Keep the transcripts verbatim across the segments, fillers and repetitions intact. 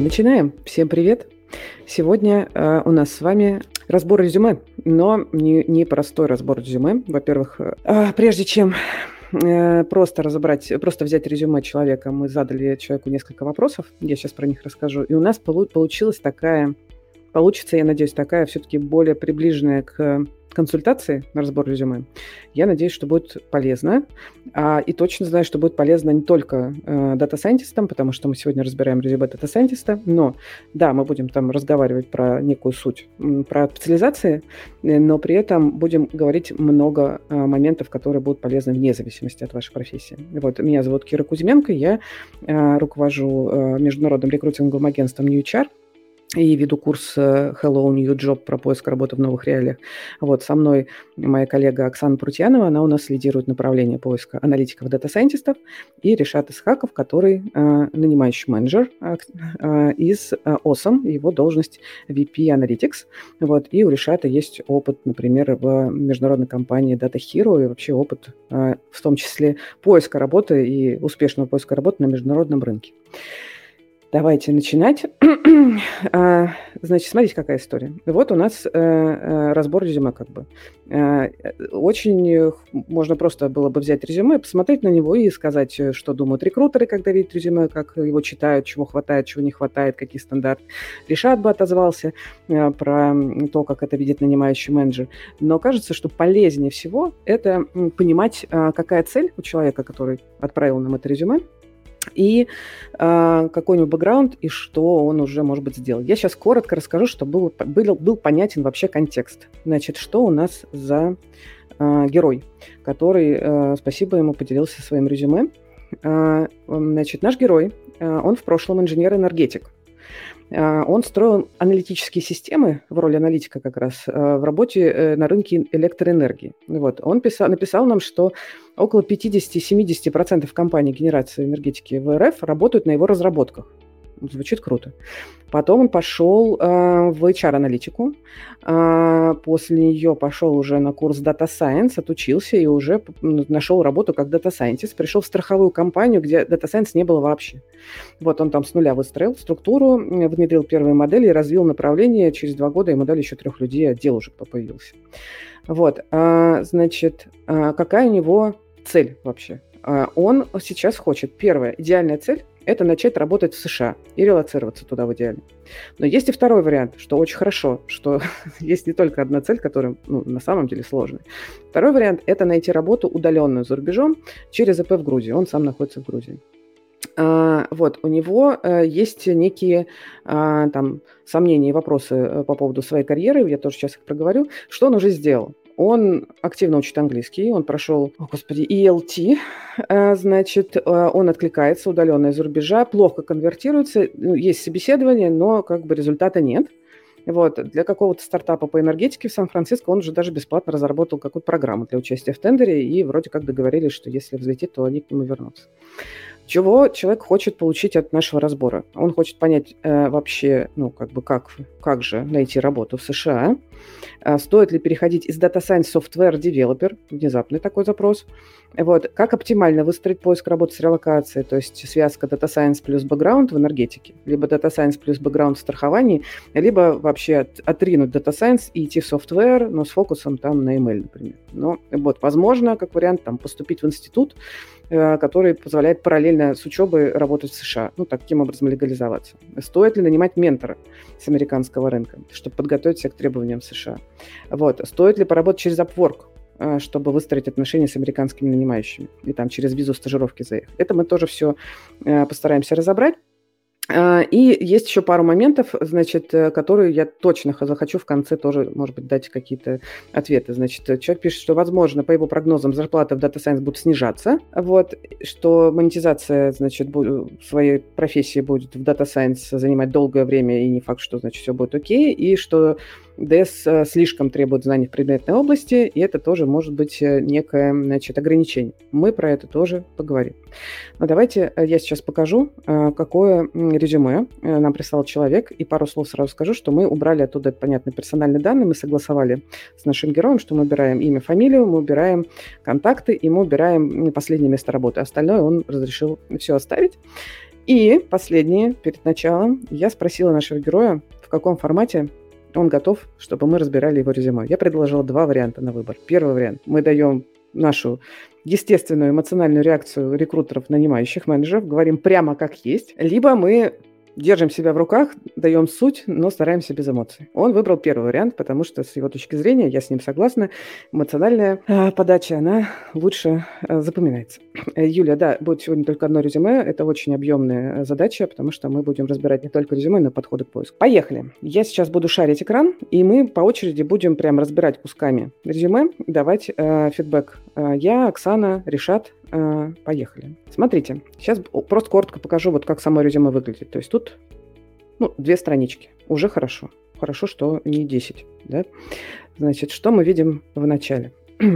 Начинаем. Всем привет. Сегодня э, у нас с вами разбор резюме, но не, не простой разбор резюме. Во-первых, э, прежде чем э, просто разобрать, просто взять резюме человека, мы задали человеку несколько вопросов, я сейчас про них расскажу, и у нас полу- получилась такая, получится, я надеюсь, такая все-таки более приближенная к консультации на разбор резюме. Я надеюсь, что будет полезно. А, и точно знаю, что будет полезно не только э, дата-сайентистам, потому что мы сегодня разбираем резюме дата-сайентиста, но да, мы будем там разговаривать про некую суть, м, про специализации, э, но при этом будем говорить много э, моментов, которые будут полезны вне зависимости от вашей профессии. Вот, меня зовут Кира Кузьменко, я э, руковожу э, международным рекрутинговым агентством New эйч ар, и веду курс э, Hello New Job про поиск работы в новых реалиях. Вот, со мной моя коллега Оксана Прутьянова, она у нас лидирует направление поиска аналитиков, дата-сайентистов, и Ришат Исхаков, который э, нанимающий менеджер э, э, из э, осом, его должность ви пи Analytics. Вот, и у Ришата есть опыт, например, в международной компании Data Hero, и вообще опыт э, в том числе поиска работы и успешного поиска работы на международном рынке. Давайте начинать. А, Значит, смотрите, какая история. Вот у нас э, э, разбор резюме как бы. Э, Очень э, можно просто было бы взять резюме, посмотреть на него и сказать, э, что думают рекрутеры, когда видят резюме, как его читают, чего хватает, чего не хватает, какие стандарты. Ришат бы отозвался э, про то, как это видит нанимающий менеджер. Но кажется, что полезнее всего это м, понимать, э, какая цель у человека, который отправил нам это резюме, и э, какой у него бэкграунд, и что он уже, может быть, сделал. Я сейчас коротко расскажу, чтобы был, был, был понятен вообще контекст. Значит, что у нас за э, герой, который, э, спасибо ему, поделился своим резюме. Э, значит, наш герой, э, он в прошлом инженер-энергетик. Э, он строил аналитические системы, в роли аналитика как раз, э, в работе э, на рынке электроэнергии. Вот. Он писал, написал нам, что около пятьдесят-семьдесят процентов компаний генерации энергетики в эр эф работают на его разработках. Звучит круто. Потом он пошел э, в эйч ар-аналитику. Э, после нее пошел уже на курс Data Science, отучился и уже нашел работу как Data Scientist. Пришел в страховую компанию, где Data Science не было вообще. Вот он там с нуля выстроил структуру, внедрил первые модели и развил направление. Через два года ему дали еще трех людей, отдел уже появился. Вот, э, значит, э, какая у него цель вообще? Э, он сейчас хочет, первая, идеальная цель, это начать работать в США и релоцироваться туда в идеале. Но есть и второй вариант, что очень хорошо, что есть не только одна цель, которая ну, на самом деле сложная. Второй вариант – это найти работу удаленную за рубежом через ИП в Грузии. Он сам находится в Грузии. А, вот, у него а, есть некие а, там сомнения и вопросы по поводу своей карьеры, я тоже сейчас их проговорю. Что он уже сделал? Он активно учит английский, он прошел, о господи, и эл ти, значит, он откликается удаленно из-за рубежа, плохо конвертируется, ну, есть собеседование, но как бы результата нет. Вот. Для какого-то стартапа по энергетике в Сан-Франциско он уже даже бесплатно разработал какую-то программу для участия в тендере, и вроде как договорились, что если взлетит, то они к нему вернутся. Чего человек хочет получить от нашего разбора? Он хочет понять э, вообще, ну, как бы, как, как же найти работу в США, э, стоит ли переходить из Data Science Software Developer, внезапный такой запрос, вот, как оптимально выстроить поиск работы с релокацией, то есть связка Data Science плюс бэкграунд в энергетике, либо Data Science плюс бэкграунд в страховании, либо вообще от, отринуть Data Science и идти в Software, но с фокусом там на эм эл, например. Но вот, возможно, как вариант, там, поступить в институт, который позволяет параллельно с учебой работать в США. Ну, таким образом легализоваться. Стоит ли нанимать ментора с американского рынка, чтобы подготовить себя к требованиям США? Вот. Стоит ли поработать через Upwork, чтобы выстроить отношения с американскими нанимающими и там через визу стажировки заехать? Это мы тоже все постараемся разобрать. И есть еще пару моментов, значит, которые я точно захочу в конце тоже, может быть, дать какие-то ответы. Значит, человек пишет, что, возможно, по его прогнозам, зарплата в Data Science будет снижаться, вот, что монетизация, значит, своей профессии будет в Data Science занимать долгое время, и не факт, что, значит, все будет окей, и что ди эс слишком требует знаний в предметной области, и это тоже может быть некое, значит, ограничение. Мы про это тоже поговорим. Но давайте я сейчас покажу, какое резюме нам прислал человек, и пару слов сразу скажу, что мы убрали оттуда, понятно, персональные данные, мы согласовали с нашим героем, что мы убираем имя, фамилию, мы убираем контакты, и мы убираем последнее место работы. Остальное он разрешил все оставить. И последнее, перед началом, я спросила нашего героя, в каком формате он готов, чтобы мы разбирали его резюме. Я предложила два варианта на выбор. Первый вариант. Мы даем нашу естественную эмоциональную реакцию рекрутеров, нанимающих менеджеров, говорим прямо как есть. Либо мы держим себя в руках, даем суть, но стараемся без эмоций. Он выбрал первый вариант, потому что с его точки зрения, я с ним согласна, эмоциональная э, подача, она лучше э, запоминается. Э, Юля, да, будет сегодня только одно резюме. Это очень объемная задача, потому что мы будем разбирать не только резюме, но и подходы к поиску. Поехали. Я сейчас буду шарить экран, и мы по очереди будем прям разбирать кусками резюме, давать э, фидбэк. Э, я, Оксана, Ришат. Э, поехали. Смотрите, сейчас просто коротко покажу, вот как само резюме выглядит. То есть тут ну, две странички. Уже хорошо. Хорошо, что не десять. Да? Значит, что мы видим в начале?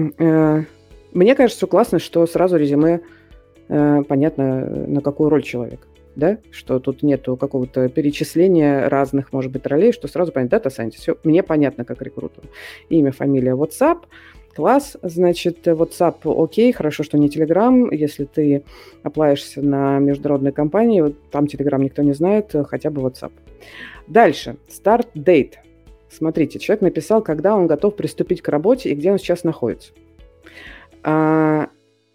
Мне кажется, классно, что сразу резюме э, понятно, на какую роль человек. Да? Что тут нету какого-то перечисления разных, может быть, ролей, что сразу понятно, дата сайентист. Все, мне понятно, как рекрутеру. Имя, фамилия, WhatsApp. Класс, значит, WhatsApp окей, хорошо, что не Telegram. Если ты оплаешься на международные компании, вот там Telegram никто не знает, хотя бы WhatsApp. Дальше. Start date. Смотрите, человек написал, когда он готов приступить к работе и где он сейчас находится. А,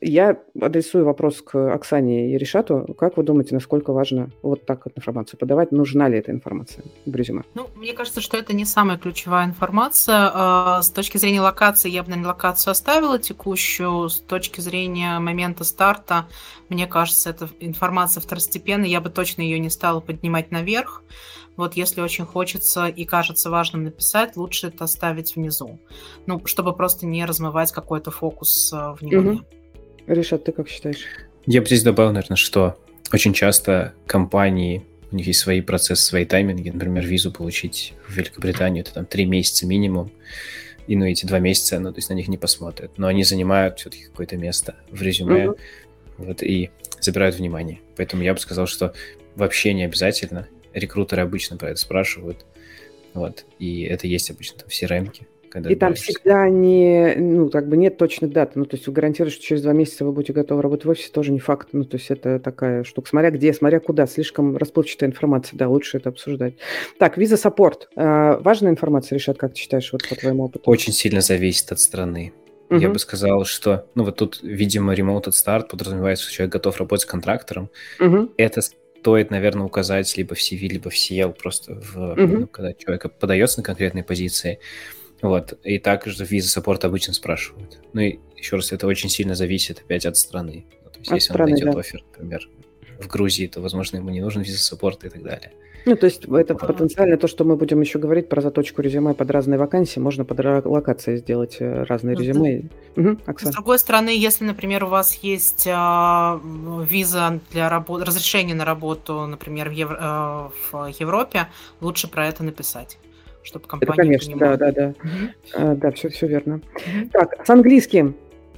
я адресую вопрос к Оксане и Ришату. Как вы думаете, насколько важно вот так вот информацию подавать? Нужна ли эта информация в резюме? Ну, мне кажется, что это не самая ключевая информация. С точки зрения локации, я бы, наверное, локацию оставила текущую. С точки зрения момента старта, мне кажется, эта информация второстепенная. Я бы точно ее не стала поднимать наверх. Вот если очень хочется и кажется важным написать, лучше это оставить внизу. Ну, чтобы просто не размывать какой-то фокус внимания. Угу. Ришат, ты как считаешь? Я бы здесь добавил, наверное, что очень часто компании, у них есть свои процессы, свои тайминги. Например, визу получить в Великобританию, это там три месяца минимум. И ну эти два месяца, ну то есть на них не посмотрят. Но они занимают все-таки какое-то место в резюме, угу. вот, и забирают внимание. Поэтому я бы сказал, что вообще не обязательно. Рекрутеры обычно про это спрашивают. Вот, и это есть обычно там в си эр эм-ке. И там всегда не, ну, как бы нет точных дат. Ну, то есть вы гарантируете, что через два месяца вы будете готовы работать в офисе, тоже не факт. Ну, то есть это такая штука. Смотря где, смотря куда. Слишком расплывчатая информация. Да, лучше это обсуждать. Так, виза-саппорт. Важная информация, Ришат, как ты считаешь, вот по твоему опыту? Очень сильно зависит от страны. Uh-huh. Я бы сказал, что, ну, вот тут, видимо, remote start подразумевается, что человек готов работать с контрактором. Uh-huh. Это стоит, наверное, указать либо в си ви, либо в си эл, просто в, uh-huh. ну, когда человек подается на конкретные позиции. Вот, и также виза-саппорт обычно спрашивают. Ну и еще раз, это очень сильно зависит опять от страны. Ну, то есть, от если страны, он найдет да. оффер, например, в Грузии, то, возможно, ему не нужен виза-саппорт и так далее. Ну, то есть это вот. Потенциально то, что мы будем еще говорить про заточку резюме под разные вакансии, можно под локацией сделать разные ну, резюме. Да. Угу, Оксана. С другой стороны, если, например, у вас есть э, виза для работы, разрешение на работу, например, в, Евро, э, в Европе, лучше про это написать. Чтобы компания это, конечно, понимала. да, да, да. Uh-huh. А, да, все, все верно. Uh-huh. Так, с английским.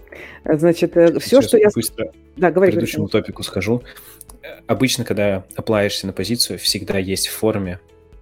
Значит, все, Сейчас что я... быстро да, говори, к предыдущему говори. топику скажу. Обычно, когда оплаешься на позицию, всегда есть в форме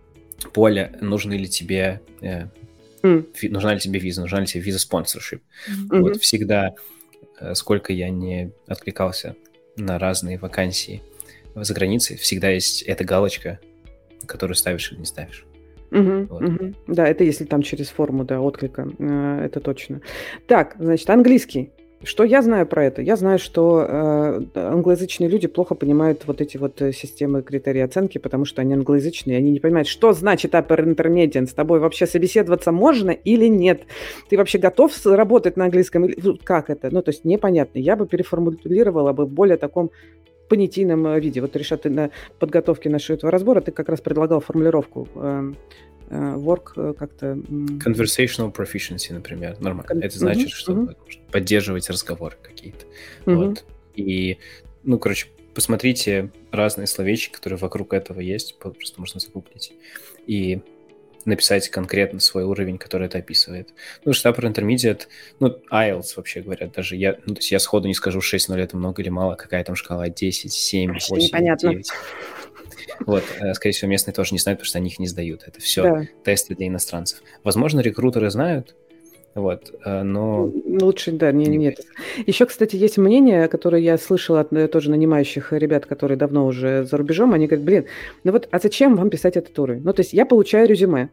поле, нужны ли тебе, э, mm. ви, нужна ли тебе виза, нужна ли тебе виза sponsorship. Mm-hmm. Вот всегда, сколько я не откликался на разные вакансии за границей, всегда есть эта галочка, которую ставишь или не ставишь. Угу, вот. угу. Да, это если там через форму, да, отклика, это точно. Так, значит, английский. Что я знаю про это? Я знаю, что э, англоязычные люди плохо понимают вот эти вот системы критерий оценки, потому что они англоязычные, они не понимают, что значит upper intermediate, с тобой вообще собеседоваться можно или нет? Ты вообще готов работать на английском? Как это? Ну, то есть непонятно. Я бы переформулировала бы в более таком понятийном виде. Вот, Ришат, ты на подготовке нашего этого разбора ты как раз предлагал формулировку э, э, work как-то... Conversational proficiency, например. Нормально. Con- Это значит, uh-huh, что uh-huh. поддерживать разговоры какие-то. Uh-huh. Вот. И, ну, короче, посмотрите разные словечки, которые вокруг этого есть, просто можно загуглить. И написать конкретно свой уровень, который это описывает. Ну, что upper intermediate, ну, айлтс вообще говорят, даже я, ну, то есть я сходу не скажу шесть ноль это много или мало, какая там шкала, десять, семь, восемь, непонятно. девять. Вот, скорее всего, местные тоже не знают, потому что они их не сдают. Это все да. тесты для иностранцев. Возможно, рекрутеры знают, Вот, но... Лучше, да, не, не нет. Еще, кстати, есть мнение, которое я слышала от тоже нанимающих ребят, которые давно уже за рубежом, они говорят, блин, ну вот, а зачем вам писать этот уровень? Ну, то есть я получаю резюме.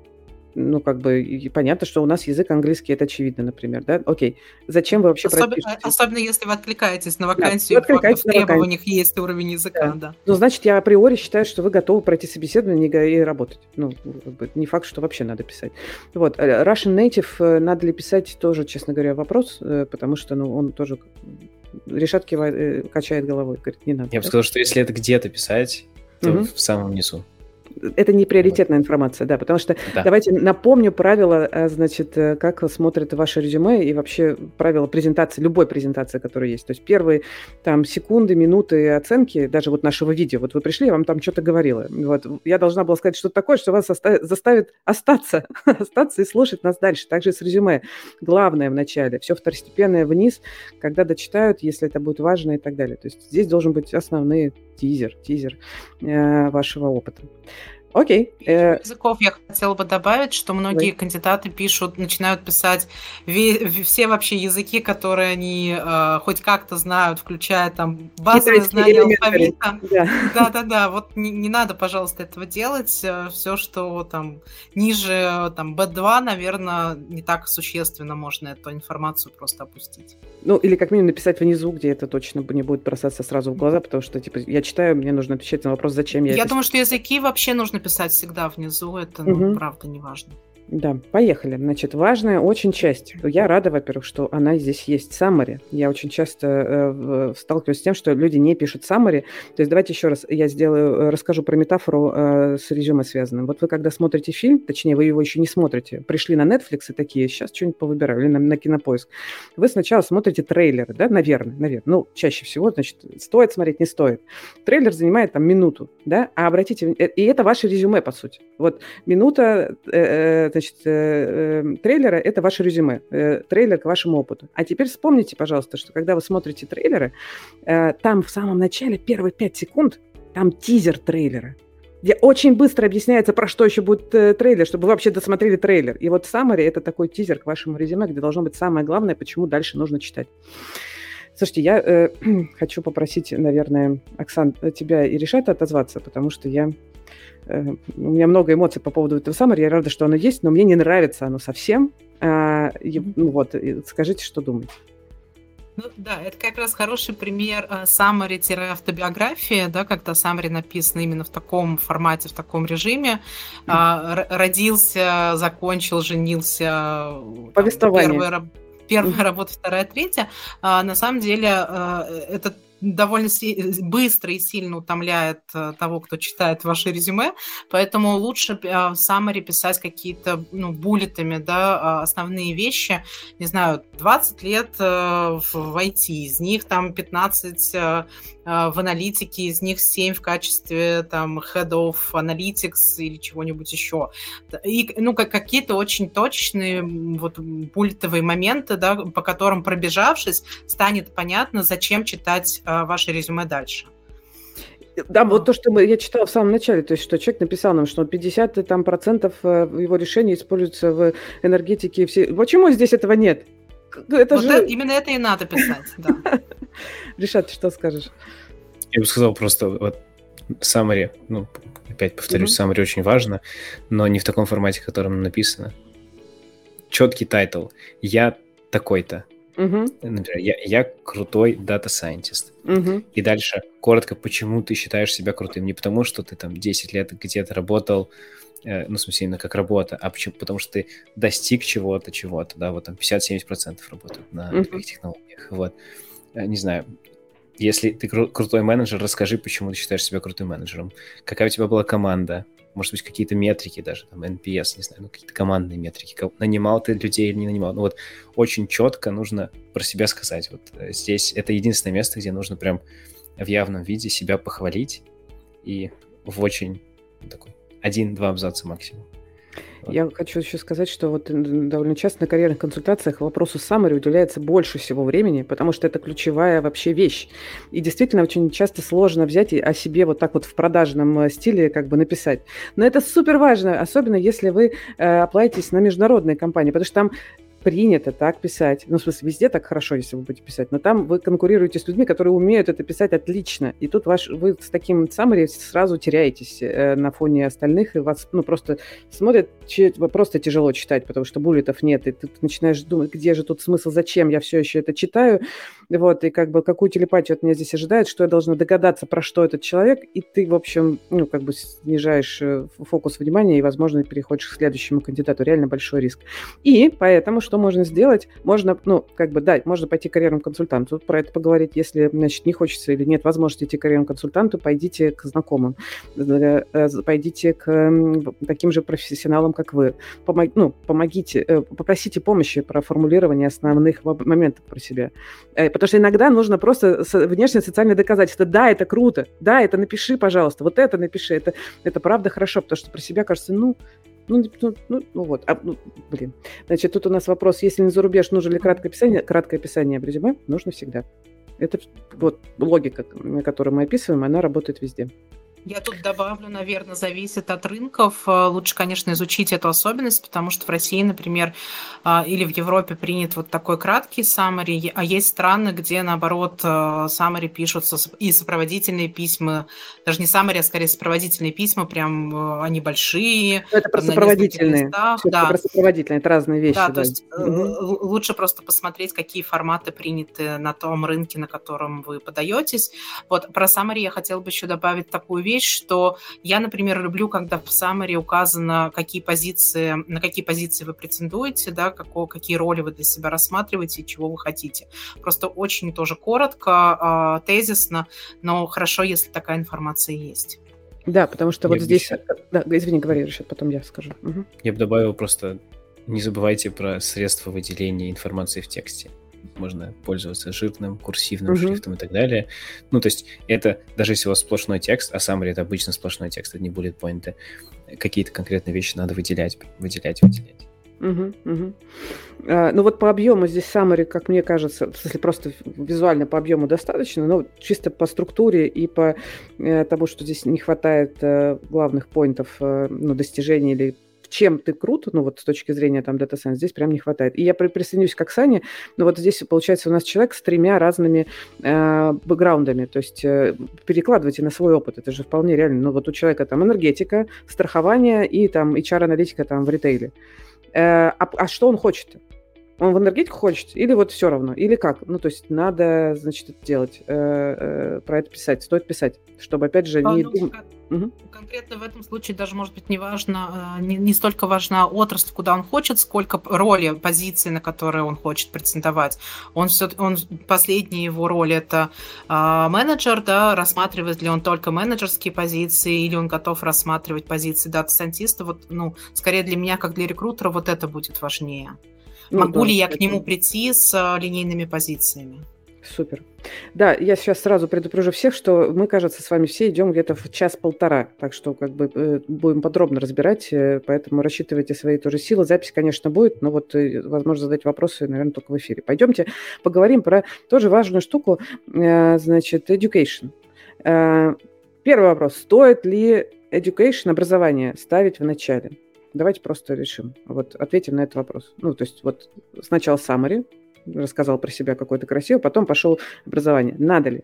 Ну, как бы, и понятно, что у нас язык английский, это очевидно, например, да? Окей. Зачем вы вообще Особенно, пропишете? особенно если вы откликаетесь на вакансию, да, откликаетесь в требованиях есть уровень языка, да. да. Ну, значит, я априори считаю, что вы готовы пройти собеседование и работать. Ну, как бы, не факт, что вообще надо писать. Вот. Russian Native надо ли писать, тоже, честно говоря, вопрос, потому что, ну, он тоже решат кивает, качает головой, говорит, не надо. Я бы сказал, что если это где-то писать, то угу. в самом низу. Это не приоритетная информация, да, потому что да. Давайте напомню правила, значит, как смотрят ваше резюме и вообще правила презентации, любой презентации, которая есть. То есть первые там секунды, минуты оценки, даже вот нашего видео, вот вы пришли, я вам там что-то говорила, вот, я должна была сказать что-то такое, что вас оставит, заставит остаться, остаться и слушать нас дальше. Также с резюме. Главное в начале, все второстепенное вниз, когда дочитают, если это будет важно и так далее. То есть здесь должен быть основной тизер, тизер э, вашего опыта. Окей. Okay. Языков я хотела бы добавить, что многие Ой. кандидаты пишут, начинают писать ве- все вообще языки, которые они э, хоть как-то знают, включая там базовые знания алфавита. Да-да-да, вот не, не надо, пожалуйста, этого делать. Все, что там ниже там би два, наверное, не так существенно, можно эту информацию просто опустить. Ну, или как минимум написать внизу, где это точно не будет бросаться сразу в глаза, потому что, типа, я читаю, мне нужно отвечать на вопрос, зачем я Я это... думаю, что языки вообще нужно писать всегда внизу, это, ну, угу. правда, не важно. Да, поехали. Значит, важная очень часть. Я рада, во-первых, что она здесь есть. Summary. Я очень часто э, сталкиваюсь с тем, что люди не пишут summary. То есть давайте еще раз я сделаю, расскажу про метафору э, с резюме связанным. Вот вы когда смотрите фильм, точнее, вы его еще не смотрите, пришли на Netflix и такие, сейчас что-нибудь повыбираю, или на, на Кинопоиск. Вы сначала смотрите трейлеры, да, наверное, наверное. Ну, чаще всего, значит, стоит смотреть, не стоит. Трейлер занимает там минуту, да, а обратите, и это ваше резюме, по сути. Вот минута, э, значит, трейлера – это ваше резюме, трейлер к вашему опыту. А теперь вспомните, пожалуйста, что когда вы смотрите трейлеры, там в самом начале, первые пять секунд, там тизер трейлера, где очень быстро объясняется, про что еще будет трейлер, чтобы вы вообще досмотрели трейлер. И вот summary – это такой тизер к вашему резюме, где должно быть самое главное, почему дальше нужно читать. Слушайте, я э, хочу попросить, наверное, Оксан, тебя и Ришата отозваться, потому что я... У меня много эмоций по поводу этого summary, я рада, что оно есть, но мне не нравится оно совсем. А, ну вот, скажите, что думаете. Ну да, это как раз хороший пример summary-автобиографии, да, когда summary написано именно в таком формате, в таком режиме. Mm-hmm. Родился, закончил, женился. Повествование. Там, первая, первая mm-hmm. работа, вторая, третья. А, на самом деле это довольно быстро и сильно утомляет того, кто читает ваше резюме, поэтому лучше в summary писать какие-то, ну, буллетами, да, основные вещи. Не знаю, двадцать лет в ай ти, из них там пятнадцать в аналитике, из них семь в качестве там head of analytics или чего-нибудь еще. И, ну, как какие-то очень точные вот буллетовые моменты, да, по которым, пробежавшись, станет понятно, зачем читать ваше резюме дальше. Да, вот то, что мы, я читала в самом начале, то есть, что человек написал нам, что пятьдесят там, процентов его решений используются в энергетике. Все... Почему здесь этого нет? Это вот же... это, именно это и надо писать, да. Решат, что скажешь? Я бы сказал просто, вот, summary, ну, опять повторюсь, mm-hmm. summary очень важно, но не в таком формате, в котором написано. Четкий тайтл. Я такой-то. Uh-huh. Например, я, я крутой дата-сайентист. Uh-huh. И дальше коротко, почему ты считаешь себя крутым. Не потому, что ты там десять лет где-то работал, э, ну, в смысле, именно как работа, а почему? Потому что ты достиг чего-то, чего-то, да, вот там пятьдесят-семьдесят процентов работают на uh-huh. таких технологиях. Вот. Не знаю, если ты кру- крутой менеджер, расскажи, почему ты считаешь себя крутым менеджером. Какая у тебя была команда? Может быть, какие-то метрики даже, там, эн пи эс, не знаю, ну, какие-то командные метрики. Нанимал ты людей или не нанимал? Ну, вот очень четко нужно про себя сказать. Вот здесь это единственное место, где нужно прям в явном виде себя похвалить и в очень такой один-два абзаца максимум. Вот. Я хочу еще сказать, что вот довольно часто на карьерных консультациях вопросу summary уделяется больше всего времени, потому что это ключевая вообще вещь. И действительно очень часто сложно взять и о себе вот так вот в продажном стиле как бы написать. Но это супер важно, особенно если вы э, оплатитесь на международные компании, потому что там принято так писать. Ну, в смысле, везде так хорошо, если вы будете писать, но там вы конкурируете с людьми, которые умеют это писать отлично. И тут ваш, вы с таким summary сразу теряетесь э, на фоне остальных, и вас, ну, просто смотрят, че, просто тяжело читать, потому что буллетов нет, и ты начинаешь думать, где же тут смысл, зачем я все еще это читаю, вот, и как бы какую телепатию от меня здесь ожидает, что я должна догадаться, про что этот человек, и ты, в общем, ну, как бы снижаешь фокус внимания и, возможно, переходишь к следующему кандидату. Реально большой риск. И поэтому что можно сделать? Можно, ну, как бы, да, можно пойти к карьерному консультанту, про это поговорить. Если, значит, не хочется или нет возможности идти к карьерному консультанту, пойдите к знакомым, пойдите к таким же профессионалам, как вы. Помог, ну, помогите, попросите помощи про формулирование основных моментов про себя. Потому что иногда нужно просто внешне социальное доказательство. Да, это круто, да, это напиши, пожалуйста, вот это напиши, это, это правда хорошо, потому что про себя кажется, ну, Ну, ну, ну, ну вот, а, ну, блин. Значит, тут у нас вопрос, если не за рубеж, нужно ли краткое описание? Краткое описание в резюме нужно всегда. Это вот логика, которую мы описываем, она работает везде. Я тут добавлю, наверное, зависит от рынков. Лучше, конечно, изучить эту особенность, потому что в России, например, или в Европе принят вот такой краткий summary, а есть страны, где, наоборот, summary пишутся и сопроводительные письма, даже не summary, а скорее сопроводительные письма, прям они большие. Это про сопроводительные. Да. Это про сопроводительные, это разные вещи. Да, да. то есть угу. лучше просто посмотреть, какие форматы приняты на том рынке, на котором вы подаетесь. Вот про summary я хотела бы еще добавить такую вещь, что я, например, люблю, когда в summary указано, какие позиции, на какие позиции вы претендуете, да, какого, какие роли вы для себя рассматриваете и чего вы хотите. Просто очень тоже коротко, тезисно, но хорошо, если такая информация есть. Да, потому что я вот здесь... Еще... Да, извини, говори, Рашид, потом я скажу. Угу. Я бы добавил просто, не забывайте про средства выделения информации в тексте. Можно пользоваться жирным, курсивным uh-huh. шрифтом и так далее. Ну, то есть это, даже если у вас сплошной текст, а summary — это обычно сплошной текст, это не bullet-поинты, какие-то конкретные вещи надо выделять, выделять, выделять. Uh-huh, uh-huh. А, ну вот по объему здесь summary, как мне кажется, в смысле просто визуально по объему достаточно, но чисто по структуре и по э, тому, что здесь не хватает э, главных поинтов, э, ну, достижений или чем ты крут, ну вот с точки зрения там Data Science, здесь прям не хватает. И я присоединюсь к Оксане, но вот здесь, получается, у нас человек с тремя разными э, бэкграундами, то есть э, перекладывайте на свой опыт, это же вполне реально. Ну вот у человека там энергетика, страхование и там эйч ар-аналитика там в ритейле. Э, а, а что он хочет? Он в энергетику хочет? Или вот все равно? Или как? Ну, то есть надо, значит, это делать, э, э, про это писать, стоит писать, чтобы, опять же, не... А, ну, кон- угу. Конкретно в этом случае даже, может быть, не важно, не, не столько важна отрасль, куда он хочет, сколько роли, позиции, на которые он хочет претендовать. Он, все, он последняя его роль – это э, менеджер, да, рассматривает ли он только менеджерские позиции, или он готов рассматривать позиции дата-сайентиста. Вот, ну, скорее для меня, как для рекрутера, вот это будет важнее. Ну, Могу да, ли я это... к нему прийти с а, линейными позициями? Супер. Да, я сейчас сразу предупрежу всех, что мы, кажется, с вами все идем где-то в час-полтора, так что как бы э, будем подробно разбирать, э, поэтому рассчитывайте свои тоже силы. Запись, конечно, будет, но вот э, возможно задать вопросы, наверное, только в эфире. Пойдемте поговорим про тоже важную штуку, э, значит, education. Э, первый вопрос. Стоит ли education, образование, ставить в начале? Давайте просто решим. Вот ответим на этот вопрос. Ну, то есть вот сначала summary, рассказал про себя какой-то красивый, потом пошел образование. Надо ли?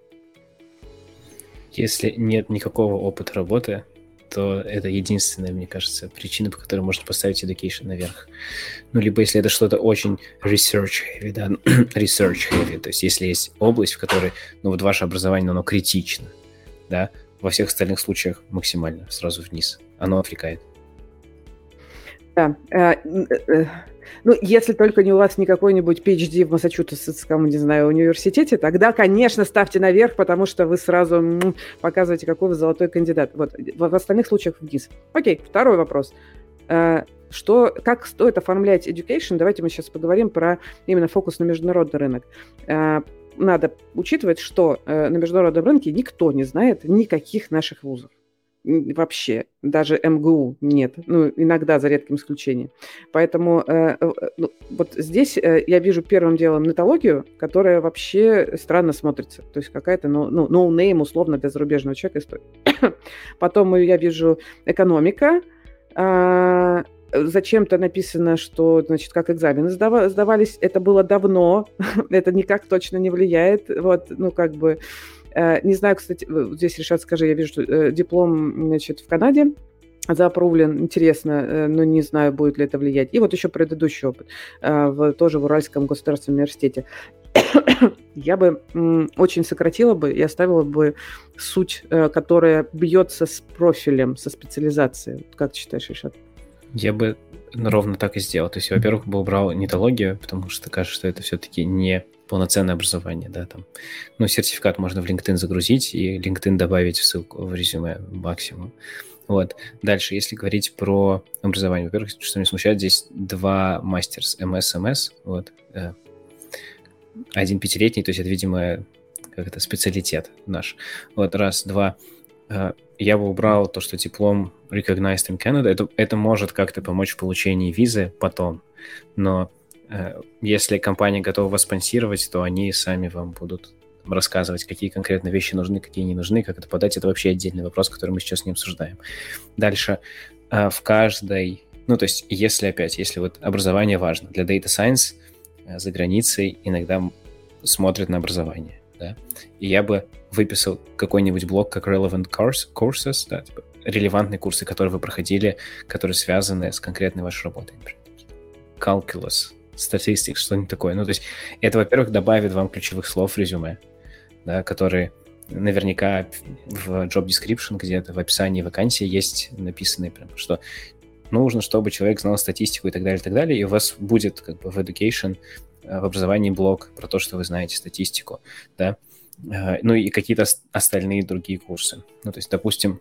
Если нет никакого опыта работы, то это единственная, мне кажется, причина, по которой можно поставить education наверх. Ну, либо если это что-то очень research heavy, да, research heavy, то есть если есть область, в которой, ну, вот ваше образование, оно критично, да, во всех остальных случаях максимально сразу вниз. Оно отвлекает. Да. Ну, если только не у вас не какой-нибудь пи эйч ди в Массачусетском, не знаю, университете, тогда, конечно, ставьте наверх, потому что вы сразу м, показываете, какой вы золотой кандидат. Вот. В остальных случаях вниз. Окей, второй вопрос. Что, как стоит оформлять education? Давайте мы сейчас поговорим про именно фокус на международный рынок. Надо учитывать, что на международном рынке никто не знает никаких наших вузов. Вообще, даже эм гэ у нет, ну, иногда за редким исключением. Поэтому э, э, ну, вот здесь э, я вижу первым делом нетологию, которая вообще странно смотрится. То есть какая-то, ну, ну, no-name, условно, для зарубежного человека история. Потом я вижу экономика, э, зачем-то написано, что, значит, как экзамены сдава- сдавались, это было давно, это никак точно не влияет, вот, ну, как бы, э, не знаю, кстати, здесь, Ришат, скажи, я вижу, что э, диплом, значит, в Канаде заапрувлен, интересно, но не знаю, будет ли это влиять. И вот еще предыдущий опыт, в, тоже в Уральском государственном университете. Я бы м, очень сократила бы и оставила бы суть, которая бьется с профилем, со специализацией. Как ты считаешь, Ришат? Я бы ровно так и сделал. То есть, во-первых, бы убрал нетологию, потому что кажется, что это все-таки не полноценное образование, да, там. Ну, сертификат можно в LinkedIn загрузить и LinkedIn добавить в ссылку в резюме максимум. Вот. Дальше, если говорить про образование, во-первых, что меня смущает, здесь два мастерс, эм эс эм эс, вот, один пятилетний, то есть это, видимо, как это, специалитет наш. Вот, раз, два. Я бы убрал то, что диплом Recognized in Canada, это, это может как-то помочь в получении визы потом, но если компания готова вас спонсировать, то они сами вам будут рассказывать, какие конкретно вещи нужны, какие не нужны, как это подать, это вообще отдельный вопрос, который мы сейчас не обсуждаем. Дальше, в каждой, ну, то есть, если опять, если вот образование важно, для Data Science за границей иногда смотрят на образование, да, и я бы выписал какой-нибудь блок, как Relevant course, Courses, да, типа, релевантные курсы, которые вы проходили, которые связаны с конкретной вашей работой, например, Calculus, Statistics, что-нибудь такое. Ну, то есть, это, во-первых, добавит вам ключевых слов в резюме, да, которые наверняка в job description где-то в описании вакансии есть написаны прям, что нужно, чтобы человек знал статистику и так далее, и так далее, и у вас будет как бы в education, в образовании блок про то, что вы знаете статистику, да, ну и какие-то остальные другие курсы. Ну, то есть, допустим,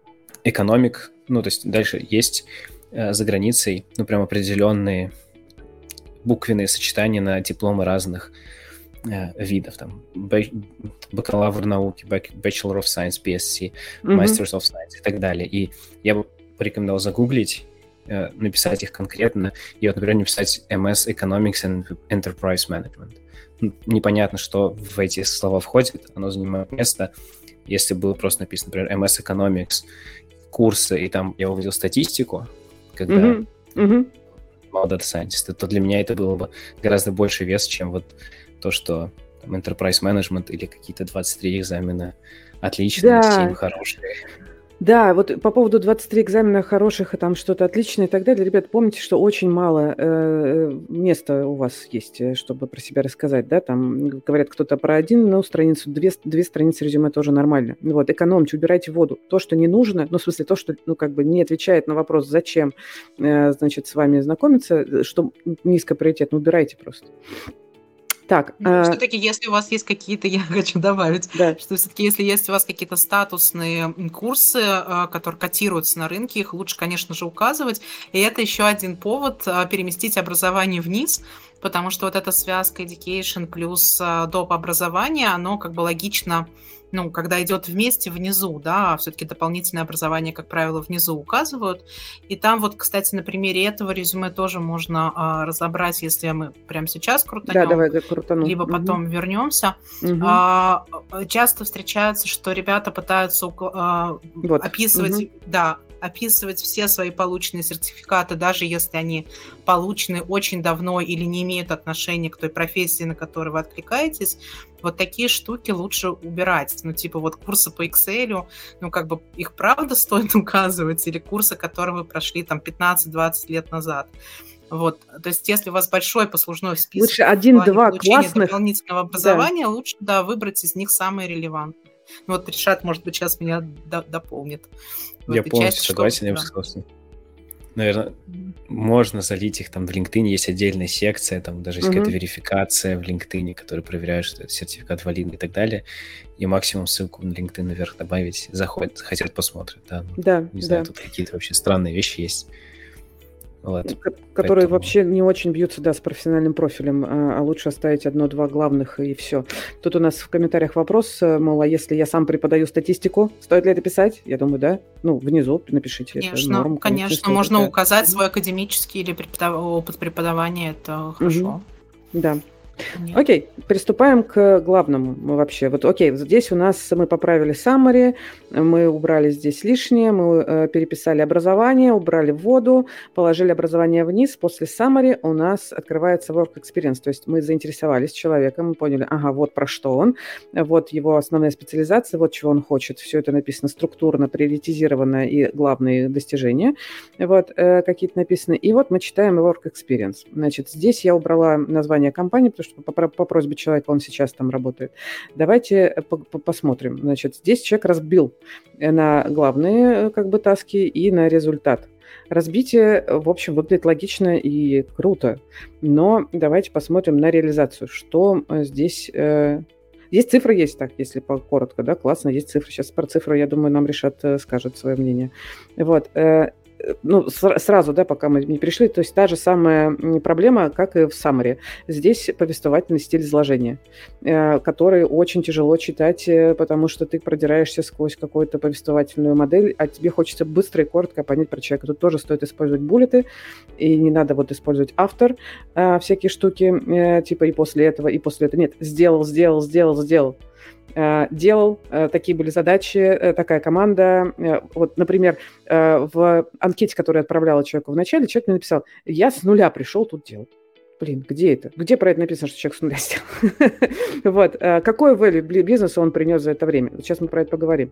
экономик, ну, то есть дальше есть за границей, ну, прям определенные буквенные сочетания на дипломы разных видов, там, бакалавр науки, Bachelor of Science, би эс си, mm-hmm. Masters of Science и так далее. И я бы порекомендовал загуглить, написать их конкретно, и вот, например, написать эм эс Economics and Enterprise Management. Непонятно, что в эти слова входит, оно занимает место. Если было просто написано, например, эм эс Economics, курсы, и там я увидел статистику, когда mm-hmm. Mm-hmm. мало Data Scientist, то для меня это было бы гораздо больше вес, чем вот то, что там, Enterprise Management или какие-то двадцать три экзамена отличные, да. семь хорошие. Да, вот по поводу двадцати трёх экзаменов хороших и там что-то отличное и так далее, ребят, помните, что очень мало э, места у вас есть, чтобы про себя рассказать, да, там говорят кто-то про один, ну, страницу, две, две страницы резюме тоже нормально. Вот, экономьте, убирайте воду. То, что не нужно, ну, в смысле, то, что, ну, как бы не отвечает на вопрос, зачем, э, значит, с вами знакомиться, что низкоприоритетно, убирайте просто. Так, ну, а... все-таки, если у вас есть какие-то, я хочу добавить, да. что все-таки, если есть у вас какие-то статусные курсы, которые котируются на рынке, их лучше, конечно же, указывать. И это еще один повод переместить образование вниз, потому что вот эта связка education плюс доп. Образование, оно как бы логично, ну, когда идет вместе внизу, да, все-таки дополнительное образование, как правило, внизу указывают. И там вот, кстати, на примере этого резюме тоже можно а, разобрать, если мы прямо сейчас крутанем, да, давай, да, крутану. либо угу. потом вернемся. Угу. А, часто встречается, что ребята пытаются а, вот. описывать, угу. да, описывать все свои полученные сертификаты, даже если они получены очень давно или не имеют отношения к той профессии, на которую вы откликаетесь. Вот такие штуки лучше убирать. Ну, типа вот курсы по Excel, ну, как бы их правда стоит указывать, или курсы, которые вы прошли там пятнадцать-двадцать лет назад. Вот, то есть если у вас большой послужной список лучше один-два классных дополнительного образования, да. лучше, да, выбрать из них самые релевантные. Ну, вот Ришат, может быть, сейчас меня д- дополнит. Я полностью согласен, я бы сказал. Наверное, mm-hmm. можно залить их там в LinkedIn, есть отдельная секция, там даже есть mm-hmm. какая-то верификация в LinkedIn, которая проверяет, что это сертификат валидный и так далее, и максимум ссылку на LinkedIn наверх добавить, заходят, хотят, посмотрят, да. Да, не да. знаю, тут какие-то вообще странные вещи есть. Вот. Которые Поэтому... вообще не очень бьются, да, с профессиональным профилем, а, а лучше оставить одно-два главных и все. Тут у нас в комментариях вопрос, мол, а если я сам преподаю статистику, стоит ли это писать? Я думаю, да. Ну, внизу напишите. Конечно, это норм, конечно, конечно. Можно это... указать свой академический или преподав... опыт преподавания, это хорошо. Угу. Да. Нет. Окей, приступаем к главному вообще. Вот, окей, здесь у нас мы поправили summary, мы убрали здесь лишнее, мы э, переписали образование, убрали воду, положили образование вниз. После summary у нас открывается work experience, то есть мы заинтересовались человеком, мы поняли, ага, вот про что он, вот его основная специализация, вот чего он хочет. Все это написано структурно, приоритизировано и главные достижения, вот, э, какие-то написаны. И вот мы читаем work experience. Значит, здесь я убрала название компании, потому что По, по просьбе человека он сейчас там работает. Давайте по, по, посмотрим. Значит, здесь человек разбил на главные как бы таски и на результат. Разбитие, в общем, выглядит логично и круто, но давайте посмотрим на реализацию. Что здесь... Э, здесь цифры есть, так, если коротко, да, классно, есть цифры. Сейчас про цифры, я думаю, нам Ришат скажет свое мнение. Вот. Э, Ну, сразу, да, пока мы не пришли, то есть та же самая проблема, как и в summary. Здесь повествовательный стиль изложения, который очень тяжело читать, потому что ты продираешься сквозь какую-то повествовательную модель, а тебе хочется быстро и коротко понять про человека. Тут тоже стоит использовать буллеты, и не надо вот использовать автор, всякие штуки, типа и после этого, и после этого. Нет, сделал, сделал, сделал, сделал. делал, такие были задачи, такая команда. Вот, например, в анкете, которую я отправляла человеку в начале, человек мне написал: я с нуля пришел тут делать. Блин, где это? Где про это написано, что человек с нуля сделал? Вот. Какой value бизнесу он принес за это время? Сейчас мы про это поговорим.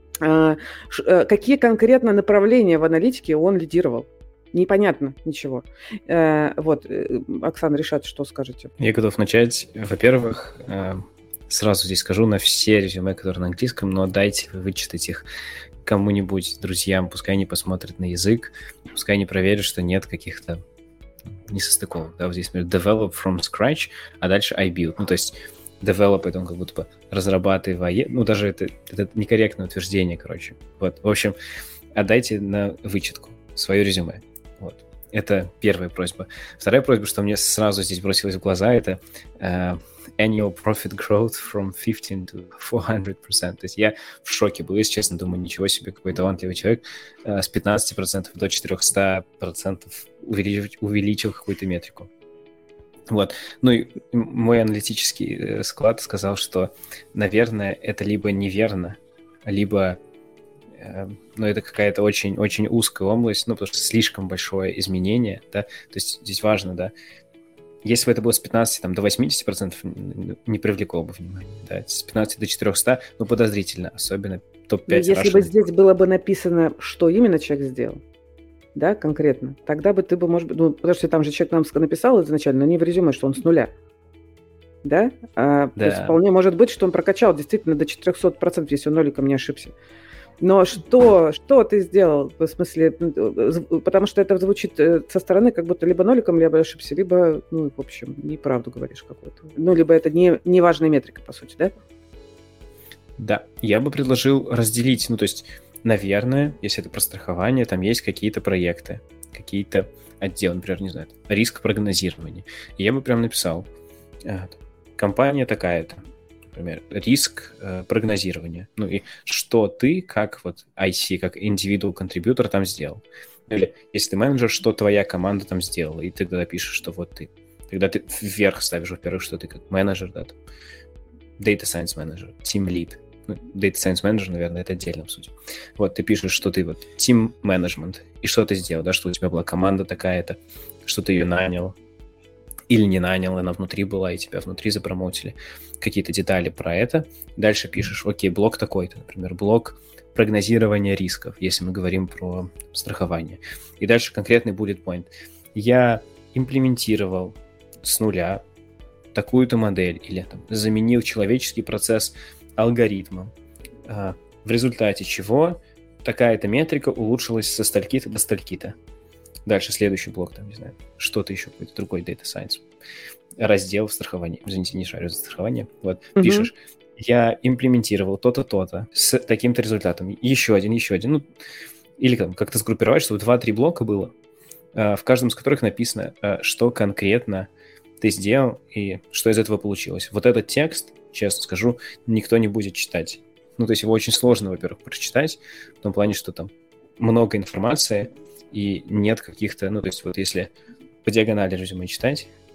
Какие конкретно направления в аналитике он лидировал? Непонятно ничего. Вот. Оксана, Ришат, что скажете? Я готов начать. Во-первых, сразу здесь скажу, на все резюме, которые на английском, но дайте вы вычитать их кому-нибудь, друзьям, пускай они посмотрят на язык, пускай они проверят, что нет каких-то несостыковок. Да, вот здесь, например, develop from scratch, а дальше I build. Ну, то есть develop, это он как будто бы разрабатывая, ну, даже это, это некорректное утверждение, короче. Вот, в общем, отдайте на вычетку свое резюме. Вот. Это первая просьба. Вторая просьба, что мне сразу здесь бросилось в глаза, это uh, annual profit growth from fifteen to four hundred percent. То есть я в шоке был, если честно, думаю, ничего себе, какой талантливый человек uh, с пятнадцати процентов до четырехсот процентов увеличил, увеличил какую-то метрику. Вот. Ну и мой аналитический склад сказал, что, наверное, это либо неверно, либо но это какая-то очень-очень узкая область, ну, потому что слишком большое изменение, да, то есть здесь важно, да, если бы это было с пятнадцати там, до восьмидесяти процентов, не привлекло бы внимания, да, с пятнадцати до четырехсот, ну, подозрительно, особенно топ пять. Если Russian. Бы здесь было бы написано, что именно человек сделал, да, конкретно, тогда бы ты бы, может быть, ну, потому что там же человек нам написал изначально, но не в резюме, что он с нуля. Да? А, да. То есть вполне может быть, что он прокачал действительно до четырехсот процентов, если он ноликом не ошибся. Но что, что ты сделал, в смысле, потому что это звучит со стороны, как будто либо ноликом, либо ошибся, либо, ну, в общем, неправду говоришь какую-то. Ну, либо это не, не важная метрика, по сути, да? Да, я бы предложил разделить, ну, то есть, наверное, если это про страхование, там есть какие-то проекты, какие-то отделы, например, не знаю, риск прогнозирования. И я бы прям написал, компания такая-то, например, риск э, прогнозирования. Ну и что ты, как вот ай си, как individual contributor там сделал. Или если ты менеджер, что твоя команда там сделала, и ты тогда пишешь, что вот ты. Тогда ты вверх ставишь, во-первых, что ты как менеджер, да, там, data science manager, team lead. Ну, data science manager, наверное, это отдельно в сути. Вот ты пишешь, что ты вот team management, и что ты сделал, да, что у тебя была команда такая-то, что ты ее нанял, или не нанял, она внутри была, и тебя внутри запромоутили. Какие-то детали про это. Дальше пишешь, окей, блок такой-то, например, блок прогнозирования рисков, если мы говорим про страхование. И дальше конкретный bullet point. Я имплементировал с нуля такую-то модель или там, заменил человеческий процесс алгоритмом, в результате чего такая-то метрика улучшилась со стальки-то до стальки-то. Дальше следующий блок, там, не знаю, что-то еще, какой-то другой data science. Раздел в страховании. Извините, не шарю за страхование. Вот, mm-hmm. пишешь, я имплементировал то-то, то-то с таким-то результатом. Еще один, еще один. Ну, или там, как-то сгруппировать, чтобы два-три блока было, в каждом из которых написано, что конкретно ты сделал и что из этого получилось. Вот этот текст, честно скажу, никто не будет читать. Ну, то есть его очень сложно, во-первых, прочитать, в том плане, что там много информации, и нет каких-то, ну, то есть вот если по диагонали резюме читать,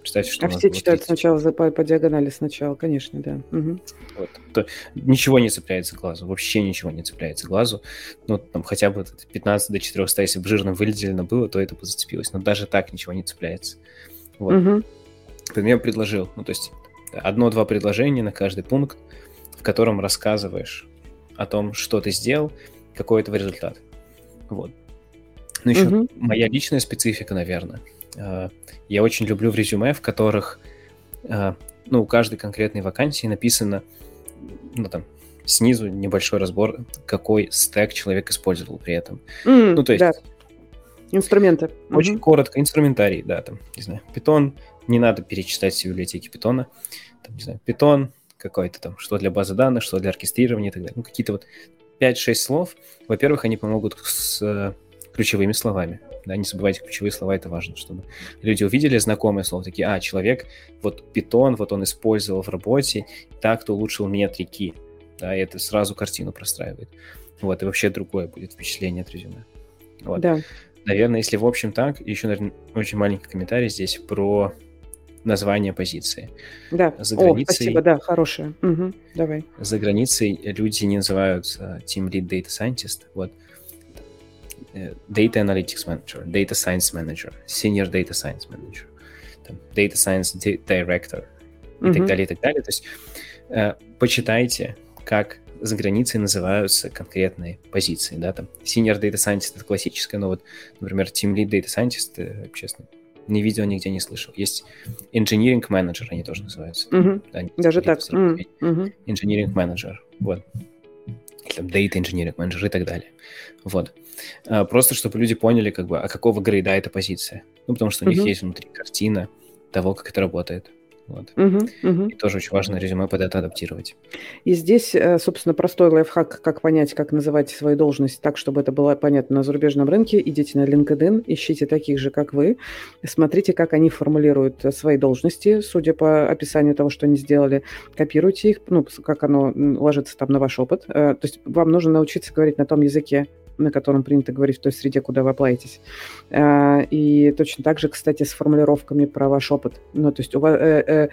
Представьте, что а у нас все было читают тридцать. сначала за, по, по диагонали сначала, конечно, да. Угу. Вот. То ничего не цепляется глазу, вообще ничего не цепляется глазу. Ну, там хотя бы пятнадцать до четырехсот, если бы жирно выделено было, то это бы зацепилось. Но даже так ничего не цепляется. Вот. Угу. Поэтому я предложил, ну, то есть одно-два предложения на каждый пункт, в котором рассказываешь о том, что ты сделал, какой этого результат. Вот. Ну, еще угу. моя личная специфика, наверное. Я очень люблю в резюме, в которых, ну, у каждой конкретной вакансии написано, ну, там, снизу небольшой разбор, какой стэк человек использовал при этом. Mm, ну, то есть... Да. Инструменты. Очень угу. коротко. Инструментарий, да, там, не знаю, Python. Не надо перечитать все библиотеки Python. Там, не знаю, Python, какой-то там, что для базы данных, что для оркестрирования и так далее. Ну, какие-то вот пять-шесть слов. Во-первых, они помогут с э, ключевыми словами. Да, не забывайте, ключевые слова, это важно, чтобы люди увидели знакомые слова, такие, а, человек, вот Python, вот он использовал в работе, так-то улучшил метрики. ки. Да, и это сразу картину простраивает. Вот, и вообще другое будет впечатление от резюме. Вот. Да. Наверное, если в общем так, еще, наверное, очень маленький комментарий здесь про название позиции. Да, за границей, О, спасибо, да, хорошее. Угу. Давай. За границей люди не называют uh, Team Lead Data Scientist, вот, Data Analytics Manager, Data Science Manager, Senior Data Science Manager, там, Data Science Director и угу. так далее, и так далее. То есть uh, почитайте, как за границей называются конкретные позиции, да, там, Senior Data Scientist — это классическое, но вот, например, Team Lead Data Scientist, честно, не видел, нигде не слышал. Есть Engineering Manager, они тоже называются. Mm-hmm. Да, даже так. Mm-hmm. Engineering Manager, вот. Или там Data Engineering Manager и так далее. Вот. А, просто, чтобы люди поняли, как бы, а какого грейда эта позиция. Ну, потому что у них mm-hmm. есть внутри картина того, как это работает. Вот. Uh-huh, uh-huh. И тоже очень важно резюме под это адаптировать. И здесь, собственно, простой лайфхак, как понять, как называть свою должность так, чтобы это было понятно на зарубежном рынке. Идите на LinkedIn, ищите таких же, как вы. Смотрите, как они формулируют свои должности, судя по описанию того, что они сделали. Копируйте их, ну, как оно ложится там на ваш опыт. То есть вам нужно научиться говорить на том языке, на котором принято говорить в той среде, куда вы оплаетесь. И точно так же, кстати, с формулировками про ваш опыт. Ну, то есть у вас, э, э,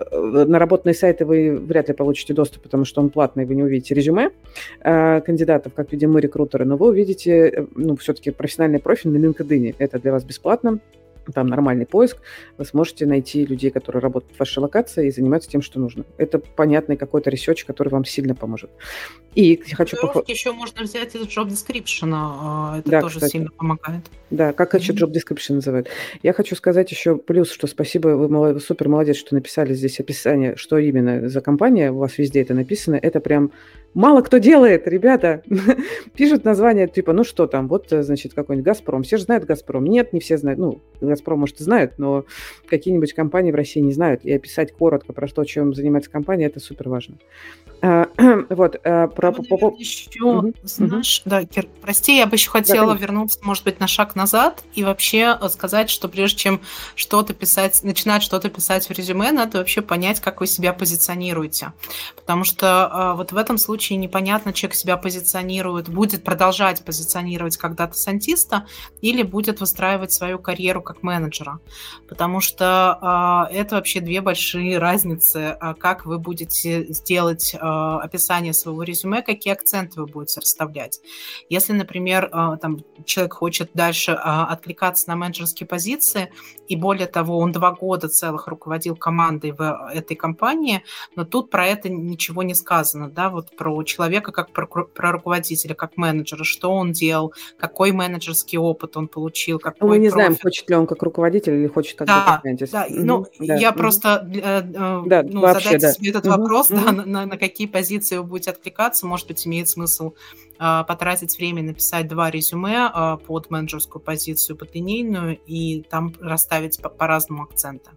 на работные сайты вы вряд ли получите доступ, потому что он платный, вы не увидите резюме э, кандидатов, как видим мы, рекрутеры, но вы увидите, ну, все-таки профессиональный профиль на LinkedIn. Это для вас бесплатно. Там нормальный поиск, вы сможете найти людей, которые работают в вашей локации и занимаются тем, что нужно. Это понятный какой-то ресерч, который вам сильно поможет. И хочу похвалить. Еще можно взять из job description, это да, тоже кстати. сильно помогает. Да, как еще job description называют. Я хочу сказать еще плюс, что спасибо, вы, вы супер молодец, что написали здесь описание, что именно за компания, у вас везде это написано, это прям мало кто делает, ребята. Пишут название, типа, ну что там, вот, значит, какой-нибудь «Газпром». Все же знают «Газпром». Нет, не все знают. Ну, «Газпром», может, и знают, но какие-нибудь компании в России не знают. И описать коротко про то, чем занимается компания, это супер важно. А, вот, а, про... Ну, наверное, еще, угу, знаешь, угу. да, Кир, прости, я бы еще хотела да, вернуться, может быть, на шаг назад и вообще сказать, что прежде чем что-то писать, начинать что-то писать в резюме, надо вообще понять, как вы себя позиционируете. Потому что а, вот в этом случае непонятно, человек себя позиционирует, будет продолжать позиционировать как дата-сайентиста или будет выстраивать свою карьеру как менеджера. Потому что а, это вообще две большие разницы, а, как вы будете сделать а, описание своего резюме, какие акценты вы будете расставлять. Если, например, а, там, человек хочет дальше а, откликаться на менеджерские позиции, и более того, он два года целых руководил командой в этой компании, но тут про это ничего не сказано, да, вот про человека как про, про руководителя, как менеджера, что он делал, какой менеджерский опыт он получил, какой Мы не профиль. знаем, хочет ли он как руководитель или хочет как да, дата-сайентист. Да, угу, ну, да, я угу. просто э, э, да, ну, вообще, задайте да. себе этот угу, вопрос, угу. да, на, на какие позиции вы будете откликаться, может быть, имеет смысл э, потратить время, написать два резюме э, под менеджерскую позицию, под линейную, и там расставить по- по-разному акценты.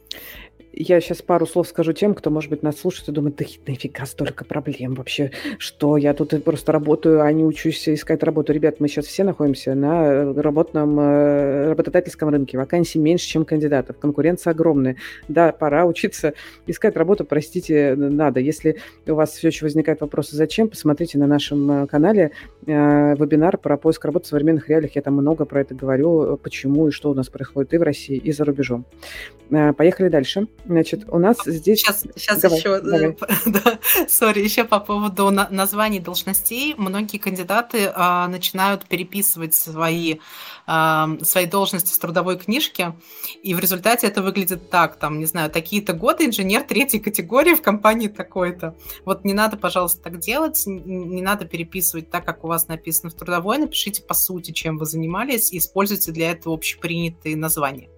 Я сейчас пару слов скажу тем, кто, может быть, нас слушает и думает, да нафига столько проблем вообще, что я тут просто работаю, а не учусь искать работу. Ребят, мы сейчас все находимся на работном, работодательском рынке, вакансий меньше, чем кандидатов, конкуренция огромная. Да, пора учиться искать работу, простите, надо. Если у вас все еще возникают вопросы, зачем, посмотрите на нашем канале э, вебинар про поиск работы в современных реалиях. Я там много про это говорю, почему и что у нас происходит и в России, и за рубежом. Э, поехали дальше. Значит, у нас здесь... Сейчас, сейчас давай, еще... Давай. Да, сори, еще по поводу на- названий должностей. Многие кандидаты а, начинают переписывать свои, а, свои должности с трудовой книжки, и в результате это выглядит так, там, не знаю, такие-то годы, инженер третьей категории в компании такой-то. Вот не надо, пожалуйста, так делать, не надо переписывать так, как у вас написано в трудовой, напишите по сути, чем вы занимались, и используйте для этого общепринятые названия.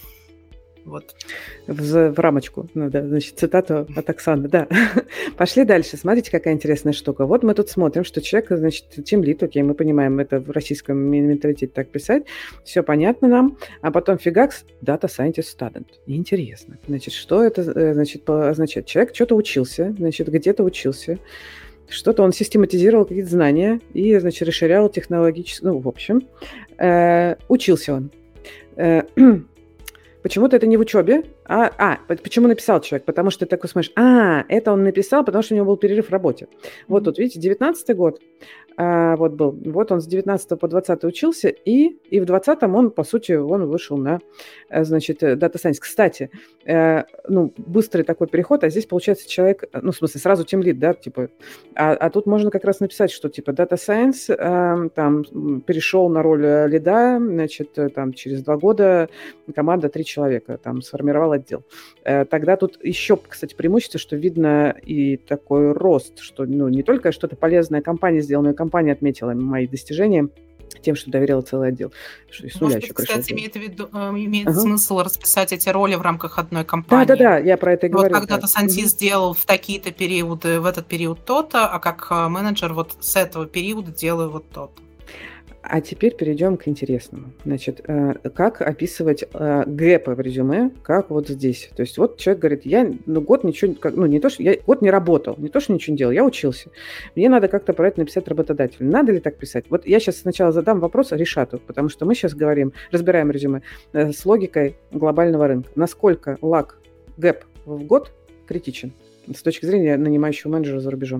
Вот. В, в рамочку. Ну, да, значит, цитату от Оксаны, да. Пошли дальше. Смотрите, какая интересная штука. Вот мы тут смотрим, что человек, значит, тимлид, окей, мы понимаем, это в российском менталитете так писать, все понятно нам, а потом фигакс, Data Scientist Student. Интересно. Значит, что это, значит, означает? Человек что-то учился, значит, где-то учился, что-то он систематизировал какие-то знания и, значит, расширял технологически, ну, в общем, э, учился он. Э, Почему-то это не в учебе, а, а, почему написал человек? Потому что ты такой смотришь, а, это он написал, потому что у него был перерыв в работе. Вот тут, видите, девятнадцатый год, а, вот был, вот он с девятнадцатого по двадцатый учился, и, и в двадцатом он, по сути, он вышел на, значит, Data Science. Кстати, э, ну, быстрый такой переход, а здесь, получается, человек, ну, в смысле, сразу тимлид, да, типа, а, а тут можно как раз написать, что, типа, Data Science, э, там, перешел на роль лида, значит, там, через два года команда три человека, там, сформировала отдел. Тогда тут еще, кстати, преимущество, что видно и такой рост, что ну, не только что-то полезная компания сделала, но и компания отметила мои достижения тем, что доверила целый отдел. Что и с нуля Может еще быть, кстати, пришел. имеет, в виду, имеет Ага. смысл расписать эти роли в рамках одной компании. Да-да-да, я про это и вот говорю. когда да. Data Scientist Мгм. сделал в такие-то периоды, в этот период то-то, а как а, менеджер вот с этого периода делаю вот то-то. А теперь перейдем к интересному. Значит, э, как описывать э, гэпы в резюме, как вот здесь. То есть вот человек говорит, я ну, год ничего, как, ну не то, что я год не работал, не то, что ничего не делал, я учился. Мне надо как-то про это написать работодателю. Надо ли так писать? Вот я сейчас сначала задам вопрос Ришату, потому что мы сейчас говорим, разбираем резюме э, с логикой глобального рынка. Насколько лаг, гэп в год критичен с точки зрения нанимающего менеджера за рубежом?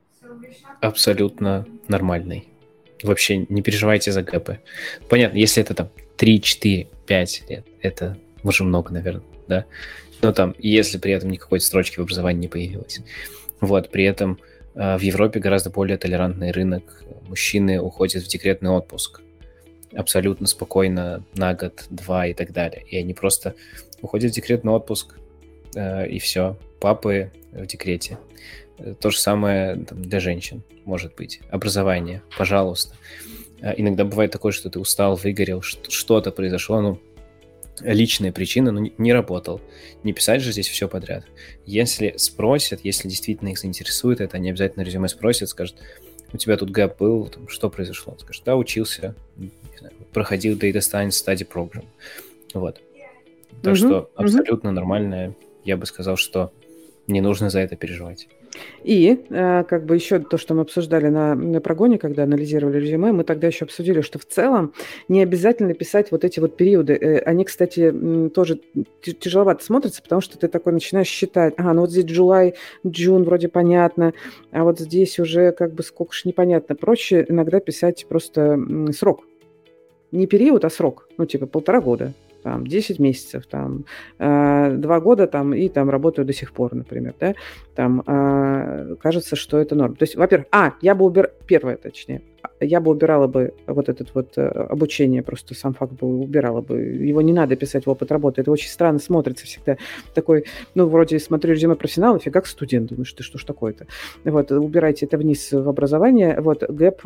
Абсолютно нормальный. Вообще не переживайте за гэпы. Понятно, если это там три, четыре, пять лет, это уже много, наверное, да? Но там, если при этом никакой строчки в образовании не появилось. Вот, при этом э, в Европе гораздо более толерантный рынок. Мужчины уходят в декретный отпуск абсолютно спокойно на год, два и так далее. И они просто уходят в декретный отпуск, э, и все. Папы в декрете. То же самое там, для женщин, может быть. Образование, пожалуйста. Иногда бывает такое, что ты устал, выгорел, что-то произошло, ну, личные причины, ну, не работал. Не писать же здесь все подряд. Если спросят, если действительно их заинтересует это, они обязательно резюме спросят, скажут, у тебя тут гэп был, там, что произошло? Он скажет, да, учился, не знаю, проходил Data Science Study Program. Вот. Так mm-hmm. что абсолютно mm-hmm. нормально. Я бы сказал, что не нужно за это переживать. И э, как бы еще то, что мы обсуждали на, на прогоне, когда анализировали резюме, мы тогда еще обсудили, что в целом не обязательно писать вот эти вот периоды. Э, они, кстати, тоже тяжеловато смотрятся, потому что ты такой начинаешь считать, ага, ну вот здесь July, June вроде понятно, а вот здесь уже как бы сколько ж непонятно. Проще иногда писать просто срок. Не период, а срок. Ну, типа полтора года. Там, десять месяцев, там, э, два года там, и там работаю до сих пор, например, да, там э, кажется, что это норм. То есть, во-первых, а, я бы убирала, первое, точнее, я бы убирала бы вот это вот э, обучение, просто сам факт бы убирала бы, его не надо писать в опыт работы, это очень странно смотрится всегда, такой, ну, вроде смотрю резюме профессионала, фига студент, думаешь, ты что ж такое-то, вот, убирайте это вниз в образование, вот, гэп,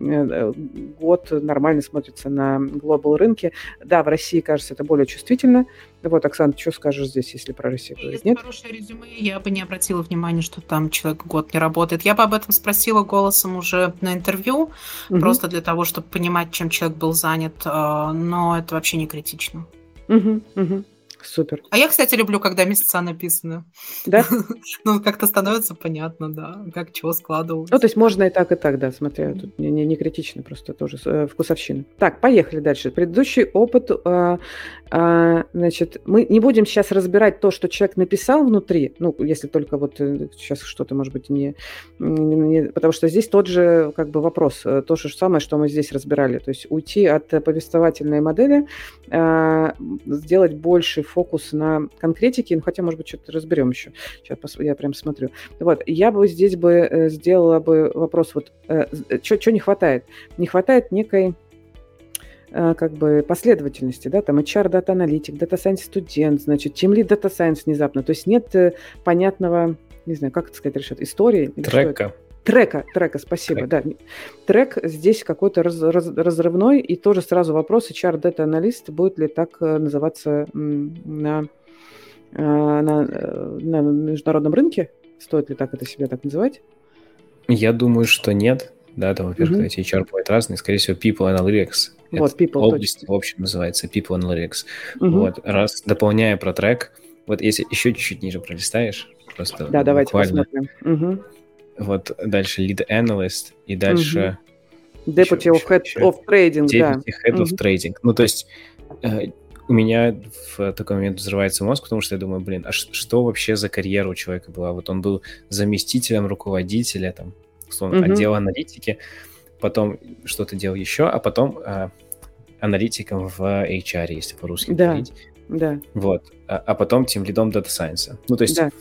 э, год нормально смотрится на глобал рынке, да, в России, кажется, это более чувствительно. Вот, Оксана, что скажешь здесь, если про Россию говорить? Если Нет? хорошее резюме, я бы не обратила внимания, что там человек год не работает. Я бы об этом спросила голосом уже на интервью, угу. просто для того, чтобы понимать, чем человек был занят, но это вообще не критично. Угу, угу. Супер. А я, кстати, люблю, когда месяца написаны. Да? Ну, как-то становится понятно, да, как чего складывалось. Ну, то есть можно и так, и так, да, смотря. Тут не, не, не критично, просто тоже э, вкусовщина. Так, поехали дальше. Предыдущий опыт, э, э, значит, мы не будем сейчас разбирать то, что человек написал внутри, ну, если только вот э, сейчас что-то, может быть, не, не, не... Потому что здесь тот же, как бы, вопрос, э, то же самое, что мы здесь разбирали. То есть уйти от повествовательной модели, э, сделать больший фокус на конкретике, ну, хотя, может быть, что-то разберем еще. Сейчас пос... я прям смотрю. Вот, я бы здесь бы э, сделала бы вопрос, вот, э, что не хватает? Не хватает некой, э, как бы, последовательности, да, там, эйч ар, дата-аналитик, дата-сайенс студент, значит, тимлид дата-сайенс внезапно, то есть нет э, понятного, не знаю, как это сказать, решат, истории? Трека. Трека, трека, спасибо, Трек. да. Трек здесь какой-то раз, раз, разрывной, и тоже сразу вопрос, эйч ар дата-аналист, будет ли так называться на, на, на международном рынке? Стоит ли так это себя так называть? Я думаю, что нет. Да, там, во-первых, Угу. эти эйч ар бывают разные. Скорее всего, People Analytics. Вот, People, область, точно. в общем, называется People Analytics. Угу. Вот, раз, дополняя про трек, вот если еще чуть-чуть ниже пролистаешь, просто да, давайте буквально. Посмотрим. Угу. Вот дальше Lead Analyst и дальше... Угу. Deputy of Head еще, of Trading, Deputy да. Head угу. of Trading. Ну, то есть э, у меня в такой момент взрывается мозг, потому что я думаю, блин, а ш- что вообще за карьера у человека была? Вот он был заместителем руководителя, там, условно, Угу. отдела аналитики, потом что-то делал еще, а потом э, аналитиком в эйч ар, если по-русски да. говорить. Да. Вот. А, а потом тем лидом Data Science. Ну, то есть, да.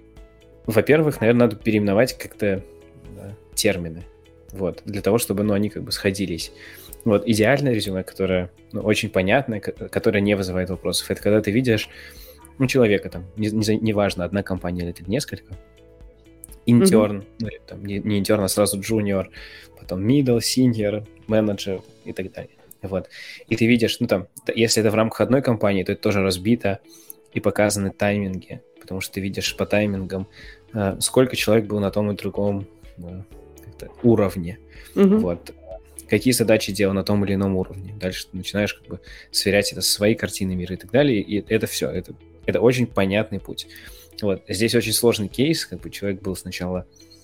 во-первых, наверное, надо переименовать как-то да, термины. Вот. Для того, чтобы, ну, они как бы сходились. Вот. Идеальное резюме, которое, ну, очень понятное, которое не вызывает вопросов, это когда ты видишь, ну, человека там, неважно, не, не важно, одна компания или несколько, интерн, mm-hmm. ну, там, не, не интерн, а сразу джуниор, потом middle, senior, менеджер и так далее. Вот. И ты видишь, ну, там, если это в рамках одной компании, то это тоже разбито и показаны тайминги, потому что ты видишь по таймингам, э, сколько человек был на том и другом э, уровне. Mm-hmm. Вот. Какие задачи делал на том или ином уровне. Дальше ты начинаешь как бы сверять это со своей картиной мира и так далее, и это все. Это, это очень понятный путь. Вот. Здесь очень сложный кейс, как бы человек был сначала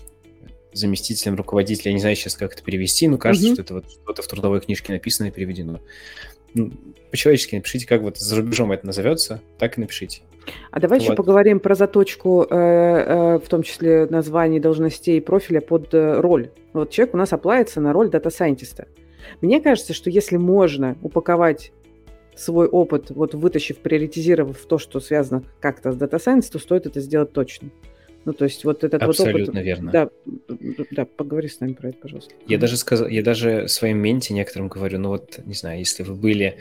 заместителем руководителя, я не знаю сейчас, как это перевести, но кажется, mm-hmm. что это вот что-то в трудовой книжке написано и переведено. Ну, по-человечески напишите, как вот за рубежом это назовется, так и напишите. А давай вот. еще поговорим про заточку, э, э, в том числе названий, должностей и профиля под э, роль. Вот человек у нас оплавится на роль дата-сайентиста. Мне кажется, что если можно упаковать свой опыт, вот вытащив, приоритизировав то, что связано как-то с дата-сайенс, то стоит это сделать точно. Ну, то есть вот этот Абсолютно вот опыт... верно. Да, да, поговори с нами про это, пожалуйста. Я даже сказал, я даже своим менте некоторым говорю, ну вот, не знаю, если вы были...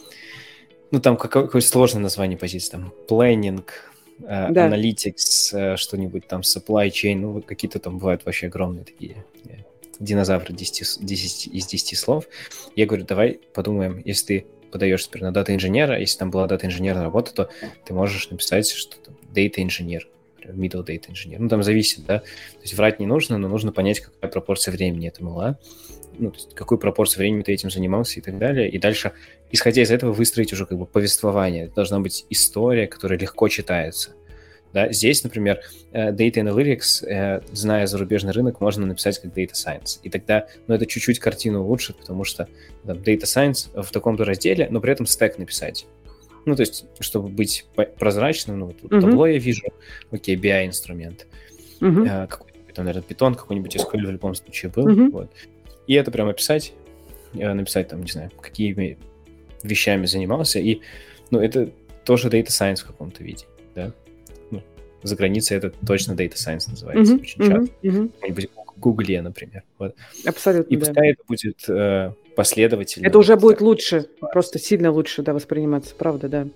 Ну, там какое-то сложное название позиции, там, planning, э, да. analytics, э, что-нибудь там, supply chain, ну, вот какие-то там бывают вообще огромные такие э, динозавры десять, десять из десяти слов. Я говорю, давай подумаем, если ты подаешь теперь на дата-инженера, если там была дата-инженерная работа, то ты можешь написать, что там data-инженер, middle data engineer. Ну, там зависит, да. То есть врать не нужно, но нужно понять, какая пропорция времени это была. Ну, то есть какую пропорцию времени ты этим занимался и так далее. И дальше, исходя из этого, выстроить уже как бы повествование. Это должна быть история, которая легко читается. Да? Здесь, например, Data Analytics, зная зарубежный рынок, можно написать как Data Science. И тогда, ну, это чуть-чуть картину улучшит, потому что там, Data Science в таком-то разделе, но при этом стэк написать. Ну, то есть, чтобы быть прозрачным, ну, вот тут uh-huh. табло я вижу, окей, би ай-инструмент, uh-huh. а, какой-нибудь, там, наверное, Python, какой-нибудь эс ку эль в любом случае был, uh-huh. вот. И это прямо описать, написать, там, не знаю, какими вещами занимался, и, ну, это тоже Data Science в каком-то виде, да. Ну, за границей это точно Data Science называется uh-huh. очень часто, uh-huh. в Гугле, например, вот. Абсолютно, и пускай да. это будет э, последовательно. Это уже будет лучше, просто сильно лучше, да, восприниматься, правда, да.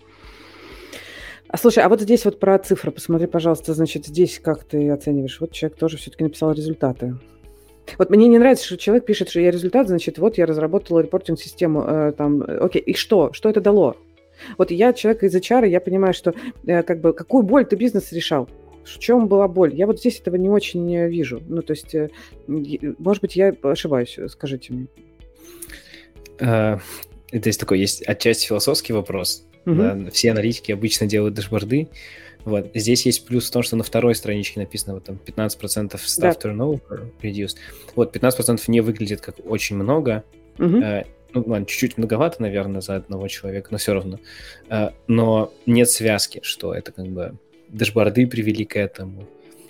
А слушай, а вот здесь вот про цифры, посмотри, пожалуйста, значит, здесь как ты оцениваешь? Вот человек тоже все-таки написал результаты. Вот мне не нравится, что человек пишет, что я результат, значит, вот я разработала репортинг-систему, э, там, окей, и что? Что это дало? Вот я человек из эйч ар, я понимаю, что э, как бы какую боль ты бизнес решал? В чем была боль? Я вот здесь этого не очень вижу. Ну, то есть, э, может быть, я ошибаюсь, скажите мне. Uh, это есть такой, есть отчасти философский вопрос, Uh-huh. Да, все аналитики обычно делают дашборды. Вот. Здесь есть плюс в том, что на второй страничке написано вот там пятнадцать процентов staff да. turnover reduced. Вот, пятнадцать процентов не выглядит как очень много. Uh-huh. Э, ну, ладно, чуть-чуть многовато, наверное, за одного человека, но все равно. Э, но нет связки, что это как бы дашборды привели к этому.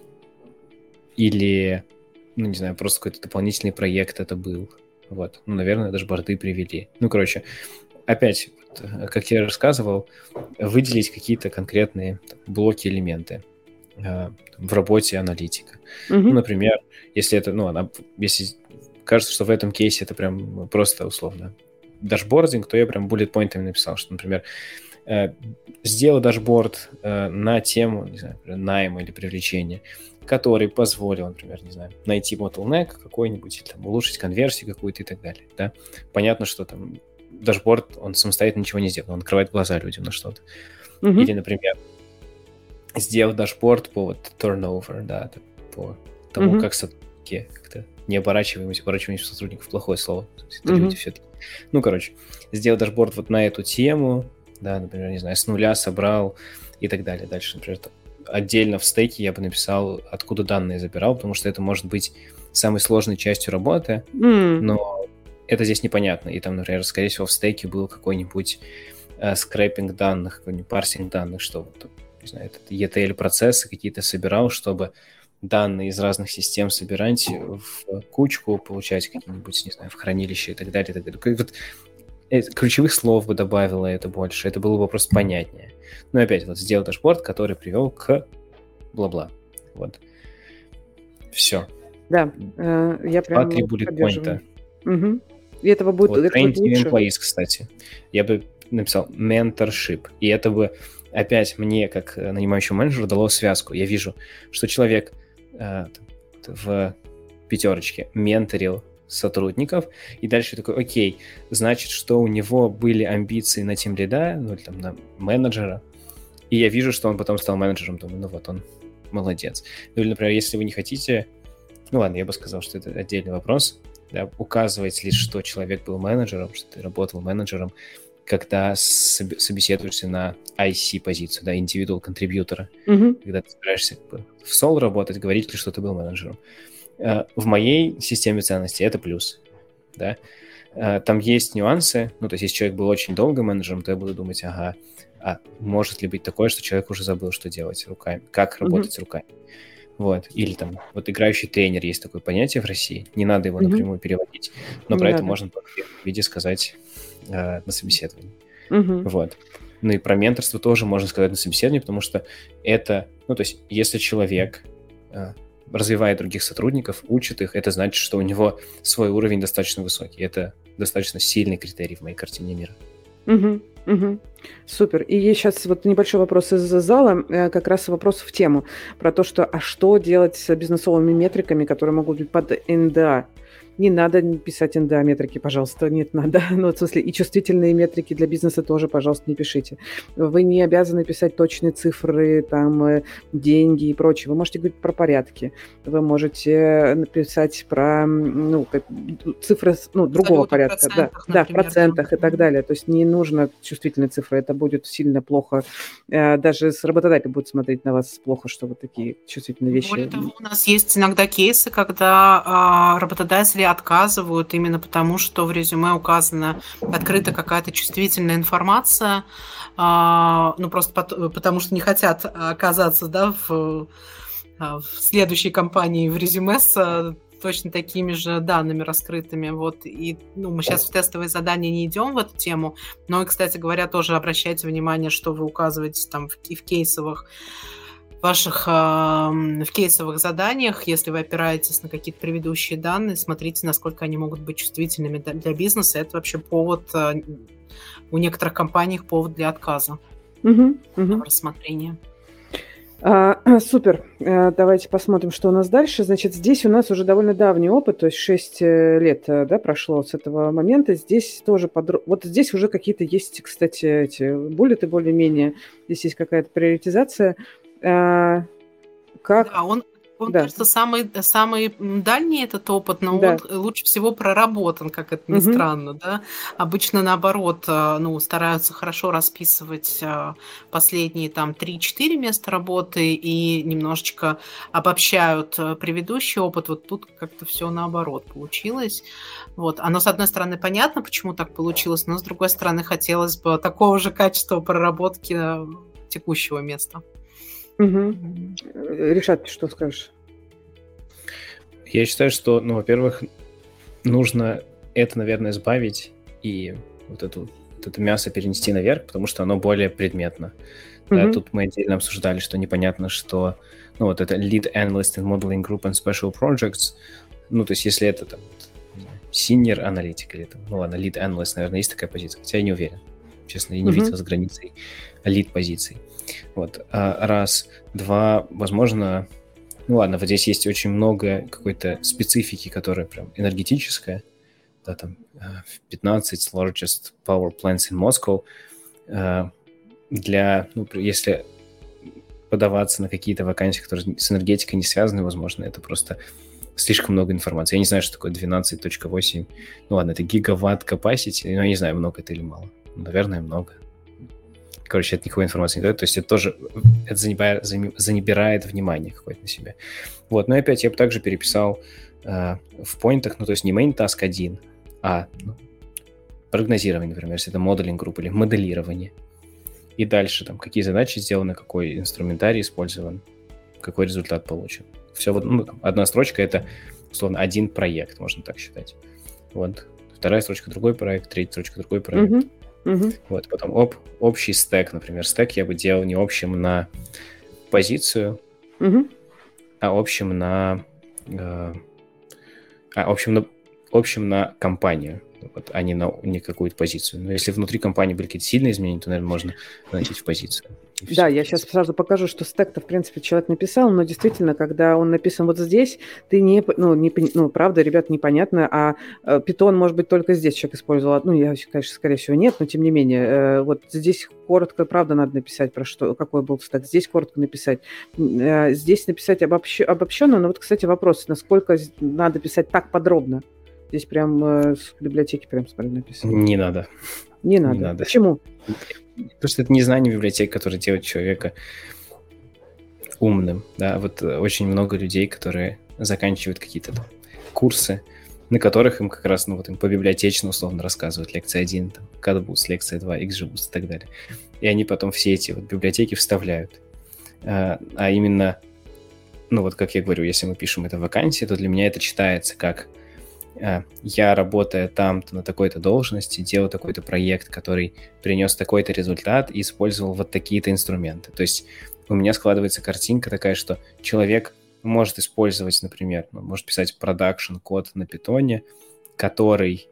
Или, ну, не знаю, просто какой-то дополнительный проект это был. Вот. Ну, наверное, дашборды привели. Ну, короче, опять, как я рассказывал, выделить какие-то конкретные там, блоки, элементы э, в работе аналитика. Mm-hmm. Ну, например, если это, ну, она, если кажется, что в этом кейсе это прям просто условно дашбординг, то я прям буллет-поинтами написал, что, например, э, сделай дашборд э, на тему, не знаю, найма или привлечения, который позволил, например, не знаю, найти bottleneck какой-нибудь, или там, улучшить конверсию какую-то и так далее. Да? Понятно, что там дашборд, он самостоятельно ничего не сделает, он открывает глаза людям на что-то. Mm-hmm. Или, например, сделать дашборд по вот turnover, да, по тому, mm-hmm. как сотрудники как-то не оборачиваемость, оборачиваемость сотрудников, плохое слово, это mm-hmm. люди все-таки. Ну, короче, сделать дашборд вот на эту тему, да, например, не знаю, с нуля собрал и так далее. Дальше, например, там, отдельно в стеке я бы написал, откуда данные забирал, потому что это может быть самой сложной частью работы, mm. но это здесь непонятно. И там, например, скорее всего, в стеке был какой-нибудь э, скрэпинг данных, какой-нибудь парсинг данных, что вот, не знаю, этот и ти эл-процессы какие-то собирал, чтобы данные из разных систем собирать в кучку, получать какие-нибудь, не знаю, в хранилище и так далее. И так далее. Вот, ключевых слов бы добавило это больше, это было бы просто понятнее. Ну, опять, вот сделал дашборд, который привел к бла-бла. Вот. Все. Да, э, я прям Два-три буллет-поинта. Угу. И этого будет, вот, это будет лучше. Employees, кстати. Я бы написал mentorship. И это бы опять мне, как нанимающему менеджеру, дало связку. Я вижу, что человек э, в пятерочке менторил сотрудников, и дальше такой, окей, значит, что у него были амбиции на тимлида, ну, или там на менеджера, и я вижу, что он потом стал менеджером, думаю, ну вот он молодец. Ну, или, например, если вы не хотите, ну ладно, я бы сказал, что это отдельный вопрос, да, указывать лишь, что человек был менеджером, что ты работал менеджером, когда собеседуешься на ай си-позицию, да, individual контрибьютора, mm-hmm. когда ты собираешься как бы, в сол работать, говорить лишь, что ты был менеджером. В моей системе ценностей это плюс, да. Там есть нюансы, ну, то есть, если человек был очень долго менеджером, то я буду думать, ага, а может ли быть такое, что человек уже забыл, что делать руками, как работать mm-hmm. руками. Вот. Или там, вот играющий тренер, есть такое понятие в России, не надо его mm-hmm. напрямую переводить, но не про надо. Это можно в виде сказать э, на собеседовании. Mm-hmm. Вот. Ну и про менторство тоже можно сказать на собеседовании, потому что это, ну, то есть, если человек э, развивает других сотрудников, учит их, это значит, что у него свой уровень достаточно высокий. Это достаточно сильный критерий в моей картине мира. Угу, угу. Супер. И есть сейчас вот небольшой вопрос из зала, как раз вопрос в тему про то, что а что делать с бизнесовыми метриками, которые могут быть под эн дэ а? Не надо писать эн дэ а-метрики, пожалуйста, нет, надо. Ну, в смысле, и чувствительные метрики для бизнеса тоже, пожалуйста, не пишите. Вы не обязаны писать точные цифры, там, деньги и прочее. Вы можете говорить про порядки. Вы можете написать про, ну, цифры, ну, другого Абсолютно, порядка. в процентах, да, да, в процентах да. и так далее. То есть не нужно чувствительные цифры, это будет сильно плохо. Даже с работодателем будет смотреть на вас плохо, что вы такие чувствительные вещи. Более того, у нас есть иногда кейсы, когда а, работодатели отказывают именно потому, что в резюме указана открыта какая-то чувствительная информация, а, ну просто по- потому что не хотят оказаться, да, в, в следующей кампании в резюме с точно такими же данными раскрытыми. Вот. И ну, мы сейчас в тестовые задания не идем в эту тему, но, и, кстати говоря, тоже обращайте внимание, что вы указываете там в, в кейсовых ваших э, в кейсовых заданиях, если вы опираетесь на какие-то предыдущие данные, смотрите, насколько они могут быть чувствительными для бизнеса. Это вообще повод, э, у некоторых компаний повод для отказа угу, угу. в рассмотрении. А, супер. А, давайте посмотрим, что у нас дальше. Значит, здесь у нас уже довольно давний опыт, то есть шесть лет, да, прошло с этого момента. Здесь тоже подро... вот здесь уже какие-то есть, кстати, эти буллеты более-менее. Здесь есть какая-то приоритизация. А, как... Да, он, Он, Да. кажется, самый, самый дальний этот опыт, но Да. он лучше всего проработан, как это ни Мгм. странно, да. Обычно наоборот, а, ну, стараются хорошо расписывать а, последние там три-четыре места работы и немножечко обобщают а, предыдущий опыт. Вот тут как-то все наоборот получилось. Вот. Оно, с одной стороны, понятно, почему так получилось, но с другой стороны, хотелось бы такого же качества проработки а, текущего места. Мгм. Э, Ришат, ты что скажешь? Я считаю, что, ну, во-первых, нужно это, наверное, избавить и вот, эту, вот это мясо перенести наверх, потому что оно более предметно. Да, Мгм. тут мы отдельно обсуждали, что непонятно, что, ну, вот это Lead Analyst in Modeling Group and Special Projects, ну, то есть если это там не знаю, Senior аналитик или там, ну ладно, Lead Analyst, наверное, есть такая позиция, хотя я не уверен. Честно, я не Мгм. видел с границей lead позиций. Вот. А раз. Два, возможно, ну ладно, вот здесь есть очень много какой-то специфики, которая прям энергетическая. Да, там э, в пятнадцать largest power plants in Moscow. Э, Для, ну, при- если подаваться на какие-то вакансии, которые с энергетикой не связаны, возможно, это просто слишком много информации. Я не знаю, что такое двенадцать точка восемь. Ну ладно, это гигаватт capacity, но я не знаю, много это или мало. Ну, наверное, много. Короче, это никакой информации не дает. То есть это тоже это занебирает, занебирает внимание какое-то на себя. Вот, но опять я бы также переписал э, в поинтах, ну, то есть не main task один, а ну, прогнозирование, например, если это моделинг группы или моделирование. И дальше там какие задачи сделаны, какой инструментарий использован, какой результат получен. Все вот, ну, там, одна строчка — это, условно, один проект, можно так считать. Вот. Вторая строчка — другой проект, третья строчка — другой проект. Мгм. Мгм. Вот, потом оп, общий стек, например. Стек я бы делал не общим на позицию, Мгм. а общим на... э, а общим на, общим на компанию, вот, а не на не какую-то позицию. Но если внутри компании были какие-то сильные изменения, то, наверное, можно заносить в позицию. И Да, всё, я в сейчас принципе. сразу покажу, что стек-то, в принципе, человек написал, но действительно, когда он написан вот здесь, ты не, п- ну, не, пони- ну, правда, ребят, непонятно, а э, питон, может быть, только здесь человек использовал. Ну, я, конечно, скорее всего, нет, но тем не менее, э, вот здесь коротко, правда, надо написать, про что, какой был стек, здесь коротко написать, М, э, здесь написать обобщ- обобщенно, но вот, кстати, вопрос, насколько з- надо писать так подробно? Здесь прям э, с библиотеки прям, смотрю, написано. Не надо. Не Не надо. надо. Почему? Потому что это не знание библиотек, которое делает человека умным. Да? Вот э, очень много людей, которые заканчивают какие-то там курсы, на которых им как раз, ну вот им по библиотечно условно рассказывают лекция один, там, CADBoost, лекция два, XGBoost и так далее. И они потом все эти вот библиотеки вставляют. А, а именно, ну вот как я говорю, если мы пишем это в вакансии, то для меня это читается как а, я, работая там-то на такой-то должности, делал такой-то проект, который принес такой-то результат и использовал вот такие-то инструменты. То есть у меня складывается картинка такая, что человек может использовать, например, ну, может писать продакшн-код на питоне, который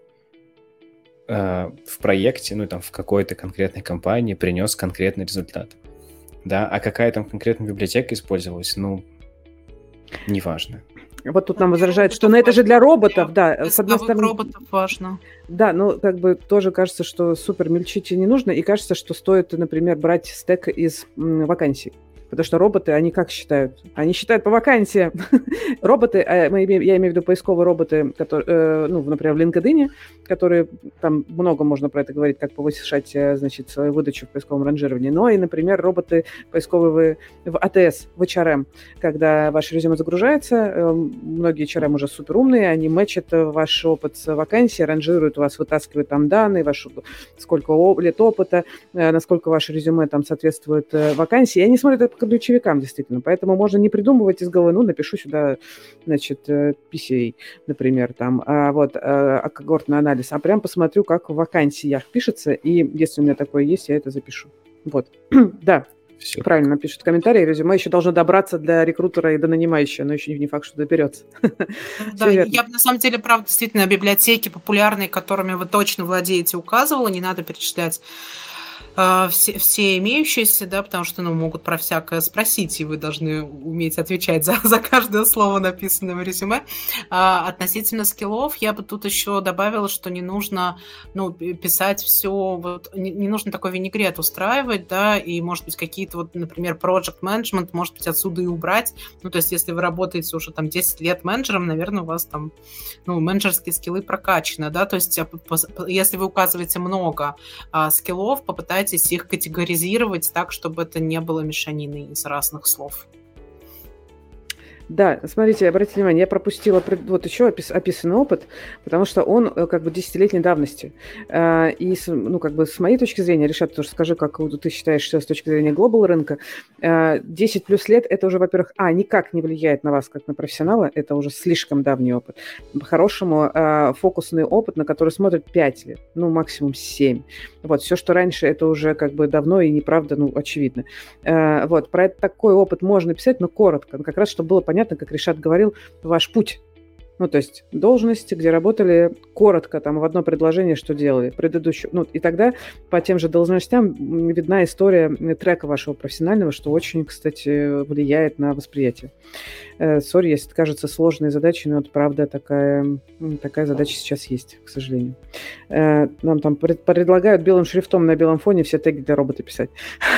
э, в проекте, ну, там, в какой-то конкретной компании принес конкретный результат. Да, а какая там конкретная библиотека использовалась, ну, неважно. Вот тут Ну, нам для возражают, что роботов ну это же важно, для роботов, да. для С одной поисковых стороны, роботов важно. да, ну как бы тоже кажется, что супер мельчить не нужно, и кажется, что стоит, например, брать стек из м, вакансий. Потому что роботы, они как считают? Они считают по вакансиям. Роботы, э, мы имеем- я имею в виду поисковые роботы, которые, э, ну, например, в LinkedIn, которые, там много можно про это говорить, как повышать, э, значит, свою выдачу в поисковом ранжировании. Но и, например, роботы поисковые в, в АТС, в эйч ар эм, когда ваше резюме загружается, э, многие эйч ар эм уже супер умные, они мэчат э, ваш опыт с вакансией, ранжируют вас, вытаскивают там данные, вашу, сколько о- лет опыта, э, насколько ваше резюме там соответствует э, вакансии. И они смотрят это по ключевикам, действительно. Поэтому можно не придумывать из головы, ну, напишу сюда, значит, э, пи си эй, например, там, а, вот, а, а когортный анализ, а прям посмотрю, как в вакансиях пишется, и если у меня такое есть, я это запишу. Вот. Да, Все. правильно пишут комментарии, резюме еще должно добраться до рекрутера и до нанимающего, но еще не факт, что доберется. Да, я бы на самом деле, правда, действительно, библиотеки популярные, которыми вы точно владеете, указывала, не надо перечислять все, все имеющиеся, да, потому что, ну, могут про всякое спросить, и вы должны уметь отвечать за, за каждое слово, написанное в резюме. А, относительно скиллов, я бы тут еще добавила, что не нужно, ну, писать все, вот, не, не нужно такой винегрет устраивать, да, и, может быть, какие-то, вот, например, project management, может быть, отсюда и убрать. Ну, то есть, если вы работаете уже там десять лет менеджером, наверное, у вас там, ну, менеджерские скиллы прокачаны, да, то есть, если вы указываете много а, скиллов, попытайтесь их категоризировать так, чтобы это не было мешаниной из разных слов. Да, смотрите, обратите внимание, я пропустила вот еще опис, описанный опыт, потому что он как бы десятилетней давности. И, ну, как бы с моей точки зрения, Ришат, тоже скажи, как ты считаешь, что с точки зрения глобал рынка, десять плюс лет, это уже, во-первых, а, никак не влияет на вас, как на профессионала, это уже слишком давний опыт. По-хорошему, фокусный опыт, на который смотрят пять лет, ну, максимум семь. Вот, все, что раньше, это уже как бы давно и неправда, ну, очевидно. Вот, про такой опыт можно писать, но коротко, как раз, чтобы было понятно, понятно, как Ришат говорил, ваш путь. Ну, то есть должности, где работали коротко, там, в одно предложение, что делали, предыдущую. Ну, и тогда по тем же должностям видна история трека вашего профессионального, что очень, кстати, влияет на восприятие. Сори, если это кажется сложной задачей, но это правда такая, такая задача сейчас есть, к сожалению. Нам там предлагают белым шрифтом на белом фоне все теги для робота писать.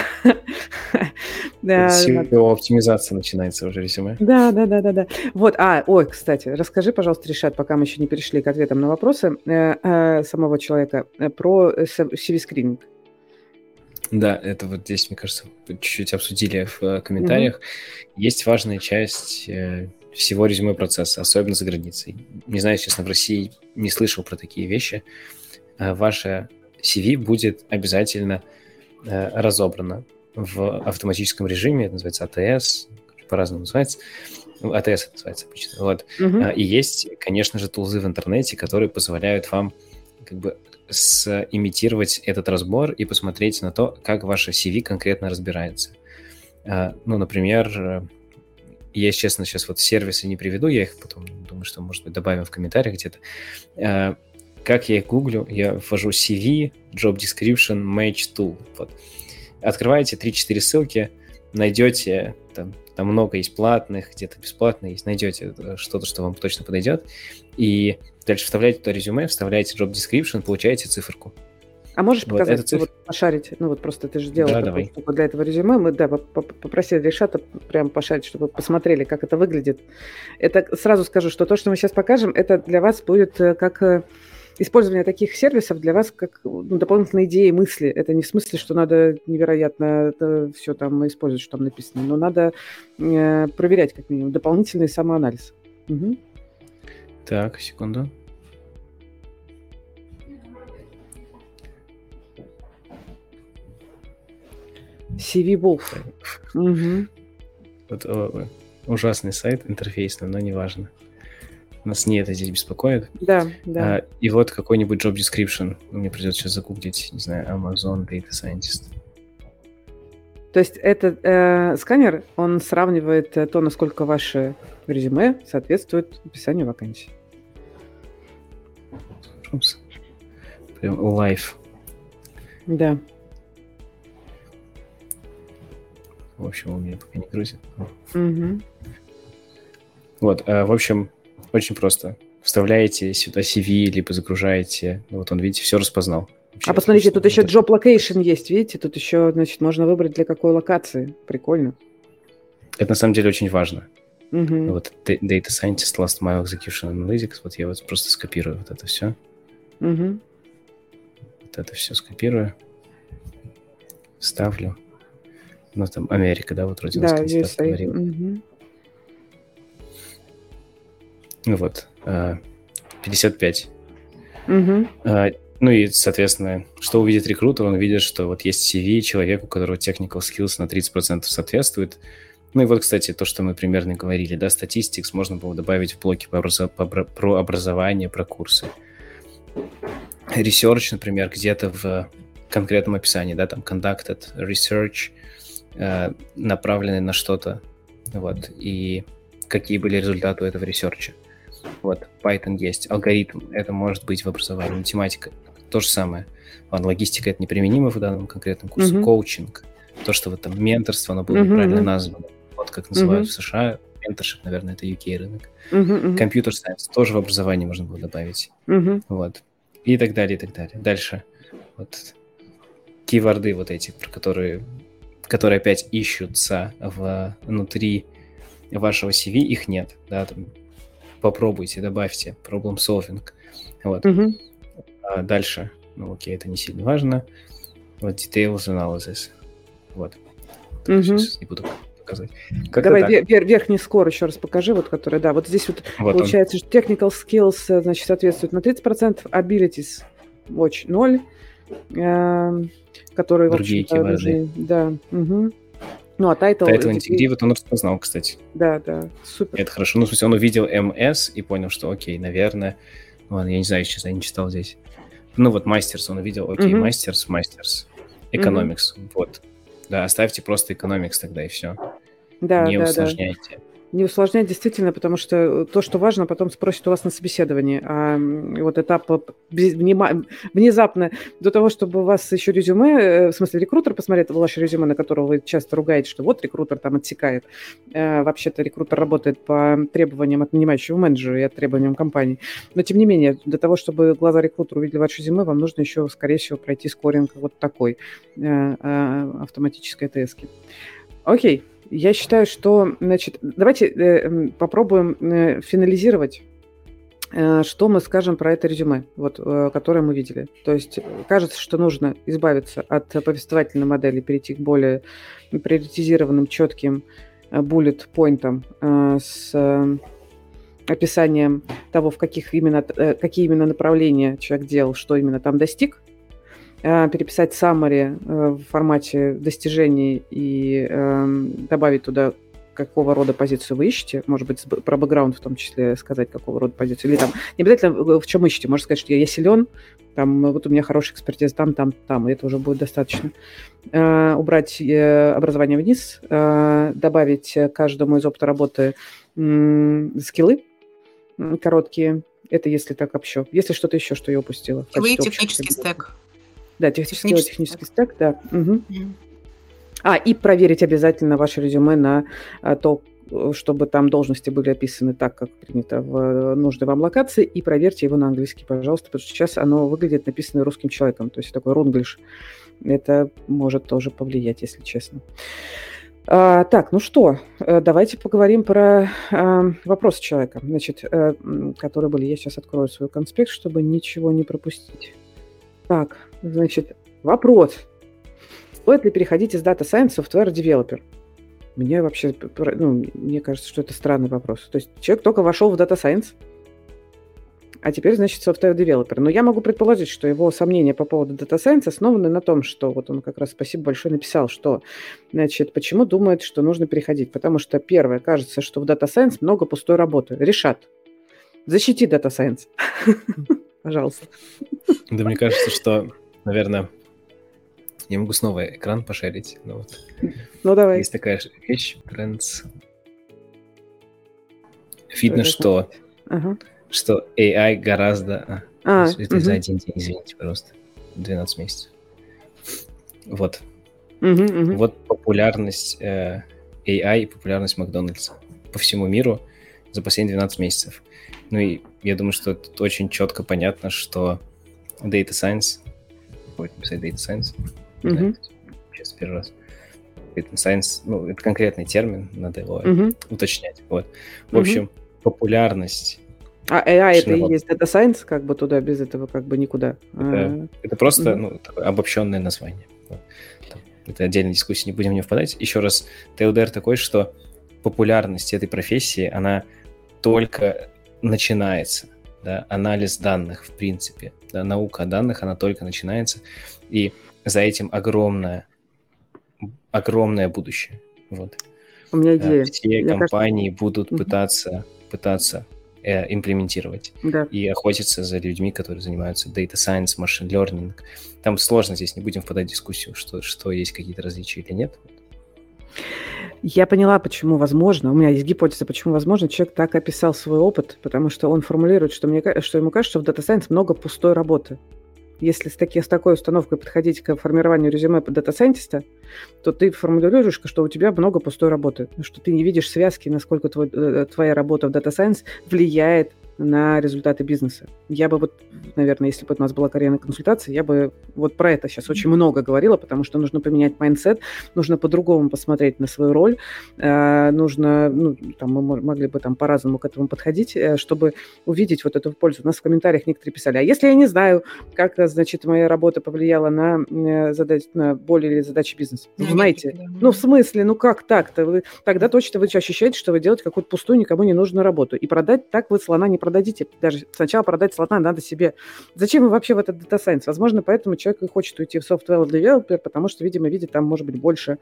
Оптимизация начинается уже резюме. Да, да, да, да, да. Вот, а, ой, кстати, расскажи, пожалуйста, Ришат, пока мы еще не перешли к ответам на вопросы э, э, самого человека, э, про си ви-скрининг. Да, это вот здесь, мне кажется, чуть-чуть обсудили в э, комментариях. Mm-hmm. Есть важная часть э, всего резюме процесса, особенно за границей. Не знаю, честно, в России не слышал про такие вещи. Э, ваше си ви будет обязательно э, разобрано в автоматическом режиме, это называется эй ти эс, по-разному называется. Ну, эй ти эс это называется обычно. Вот. Uh-huh. И есть, конечно же, тулзы в интернете, которые позволяют вам как бы симитировать этот разбор и посмотреть на то, как ваше си ви конкретно разбирается. Ну, например, я, если честно, сейчас вот сервисы не приведу, я их потом, думаю, что, может быть, добавим в комментариях где-то. Как я их гуглю, я ввожу си ви, job description, match tool. Вот. Открываете три-четыре ссылки, найдете, там, там много есть платных, где-то бесплатных есть, найдете что-то, что вам точно подойдет, и дальше вставляете туда резюме, вставляете job description, получаете циферку. А можешь вот показать, циф... вот, пошарить? Ну вот просто ты же делал да, такую штуку для этого резюме. Мы, да, попросили Ришата прям пошарить, чтобы посмотрели, как это выглядит. Это сразу скажу, что то, что мы сейчас покажем, это для вас будет как... Использование таких сервисов для вас как ну, дополнительные идеи, мысли. Это не в смысле, что надо невероятно все там использовать, что там написано, но надо э, проверять как минимум дополнительный самоанализ. Угу. Так, секунду. си ви Wolf. Угу. Вот, о, ужасный сайт, интерфейсный, но неважно. Нас не это здесь беспокоит. Да, да. А, и вот какой-нибудь job description. Мне придется сейчас загуглить, не знаю, Amazon Data Scientist. То есть этот э, сканер, он сравнивает то, насколько ваше резюме соответствует описанию вакансии. Упс. Прям live. Да. В общем, он меня пока не грузит. Угу. Вот, а, в общем... Очень просто. Вставляете сюда си ви, либо загружаете. Вот он, видите, все распознал. Вообще, а посмотрите, тут еще job location есть, видите? Тут еще, значит, можно выбрать для какой локации. Прикольно. Это на самом деле очень важно. Угу. Вот Data Scientist, Last Mile Execution Analytics. Вот я вот просто скопирую вот это все. Угу. Вот это все скопирую. Ставлю. Ну, там Америка, да, вот вроде да, нас кандидат говорил. Угу. Ну вот, пятьдесят пять. Угу. Ну и, соответственно, что увидит рекрутер? Он видит, что вот есть си ви человека, у которого technical skills на тридцать процентов соответствует. Ну и вот, кстати, то, что мы примерно говорили, да, statistics можно было добавить в блоки по образо- по, про образование, про курсы. Research, например, где-то в конкретном описании, да, там conducted research, направленный на что-то, вот, и какие были результаты у этого ресерча. Вот, Python есть, алгоритм, это может быть в образовании, математика, то же самое. Ладно, логистика — это неприменимо в данном конкретном курсе. Uh-huh. Коучинг, то, что вот там менторство, оно было uh-huh. неправильно названо. Вот как называют uh-huh. в США. Менторшип, наверное, это ю кей рынок. Uh-huh. Компьютер сайенс тоже в образовании можно было добавить. Uh-huh. Вот. И так далее, и так далее. Дальше. Вот. Кейворды вот эти, про которые, которые опять ищутся внутри вашего си ви, их нет. Да, там попробуйте, добавьте. Problem solving. Вот. Uh-huh. А дальше. Ну, окей, это не сильно важно. Вот details analysis. Вот. Uh-huh. Сейчас не буду показывать. Как Давай вер- вер- верхний скор еще раз покажи, вот который, да, вот здесь вот, вот получается, он. Что technical skills, значит, соответствует на тридцать процентов, abilities очень ноль, э, которые, другие киварды. Да. Угу. Ну, а title... Title интегри, вот он распознал, кстати. Да, да, супер. Это хорошо. Ну, в смысле, он увидел эм эс и понял, что окей, наверное... Ладно, я не знаю, честно, я не читал здесь. Ну, вот мастерс, он увидел, окей, мастерс, мастерс, экономикс, вот. Да, оставьте просто экономикс тогда, и все. Да, не да, усложняйте. Да. Не усложнять действительно, потому что то, что важно, потом спросят у вас на собеседовании. А вот этап внезапно до того, чтобы у вас еще резюме, в смысле рекрутер посмотрел ваше резюме, на которого вы часто ругаете, что вот рекрутер там отсекает. Вообще-то рекрутер работает по требованиям от нанимающего менеджера и от требованиям компании. Но тем не менее, для того, чтобы глаза рекрутера увидели ваше резюме, вам нужно еще, скорее всего, пройти скоринг вот такой, автоматической ТС-ки. Окей. Я считаю, что, значит, давайте э, попробуем э, финализировать, э, что мы скажем про это резюме, вот, э, которое мы видели. То есть кажется, что нужно избавиться от повествовательной модели, перейти к более приоритизированным, четким буллет-поинтам э, с э, описанием того, в каких именно, э, какие именно направления человек делал, что именно там достиг. Переписать summary в формате достижений и э, добавить туда, какого рода позицию вы ищете. Может быть, про бэкграунд в том числе сказать, какого рода позицию. Или там не обязательно в чем ищете. Можно сказать, что я, я силен, там, вот у меня хорошая экспертиза там, там, там, и это уже будет достаточно. Э, убрать э, образование вниз, э, добавить каждому из опыта работы э, скиллы э, короткие. Это если так общо. Если что-то еще, что я упустила. Скиллы и технический стек. Да, технический, технический, технический стек, да. Угу. Mm. А, и проверить обязательно ваше резюме на а, то, чтобы там должности были описаны так, как принято в нужной вам локации, и проверьте его на английский, пожалуйста, потому что сейчас оно выглядит написано русским человеком, то есть такой рунглиш. Это может тоже повлиять, если честно. А, так, ну что, давайте поговорим про а, вопросы человека, значит, а, которые были. Я сейчас открою свой конспект, чтобы ничего не пропустить. Так, значит, вопрос. Стоит ли переходить из Data Science в Software Developer? Мне вообще, ну, мне кажется, что это странный вопрос. То есть человек только вошел в Data Science, а теперь, значит, Software Developer. Но я могу предположить, что его сомнения по поводу Data Science основаны на том, что, вот он как раз, спасибо большое, написал, что, значит, почему думает, что нужно переходить. Потому что, первое, кажется, что в Data Science много пустой работы. Решат. Защити Data Science. Пожалуйста. Да, мне кажется, что, наверное, я могу снова экран пошарить. Ну, вот. Ну давай. Есть такая вещь, Trends. Видно, что, ага. что эй ай гораздо... А, а, это угу. за один день, извините, пожалуйста. двенадцать месяцев. Вот. Угу, угу. Вот популярность э, эй ай и популярность Макдональдса по всему миру за последние двенадцать месяцев. Ну и я думаю, что тут очень четко понятно, что Data Science... Будет написать Data Science. Mm-hmm. Знаю, сейчас первый раз. Data Science, ну, это конкретный термин, надо его mm-hmm. уточнять. Вот. В mm-hmm. общем, популярность... А эй ай это и есть Data Science, как бы туда без этого как бы никуда. Это, а... это просто mm-hmm. ну, такое обобщенное название. Там, это отдельная дискуссия, не будем в нее впадать. Еще раз, ти эл ди ар такой, что популярность этой профессии, она только начинается. Да? Анализ данных, в принципе. Да? Наука о данных, она только начинается. И за этим огромное, огромное будущее. Вот. У меня идея. Все Я компании кажется... будут пытаться, пытаться э, имплементировать. Да. И охотиться за людьми, которые занимаются data science, machine learning. Там сложно здесь, не будем впадать в дискуссию, что, что есть какие-то различия или нет. Я поняла, почему возможно. У меня есть гипотеза, почему возможно. Человек так описал свой опыт, потому что он формулирует, что, мне, что ему кажется, что в Data Science много пустой работы. Если с, таки, с такой установкой подходить к формированию резюме дата-сайентиста, то ты формулируешь, что у тебя много пустой работы, что ты не видишь связки, насколько твой, твоя работа в Data Science влияет на результаты бизнеса. Я бы вот, наверное, если бы у нас была карьерная консультация, я бы вот про это сейчас очень много говорила, потому что нужно поменять майндсет, нужно по-другому посмотреть на свою роль, э, нужно, ну, там, мы могли бы там по-разному к этому подходить, э, чтобы увидеть вот эту пользу. У нас в комментариях некоторые писали, а если я не знаю, как, значит, моя работа повлияла на, э, задач, на боль или задачи бизнеса? Вы знаете, ну, в смысле, ну как так-то? Вы, тогда точно вы ощущаете, что вы делаете какую-то пустую, никому не нужную работу. И продать так вы слона не продадите. Даже сначала продать слона надо себе. Зачем вы вообще в этот Data Science? Возможно, поэтому человек и хочет уйти в Software Developer, потому что, видимо, видит там, может быть, больше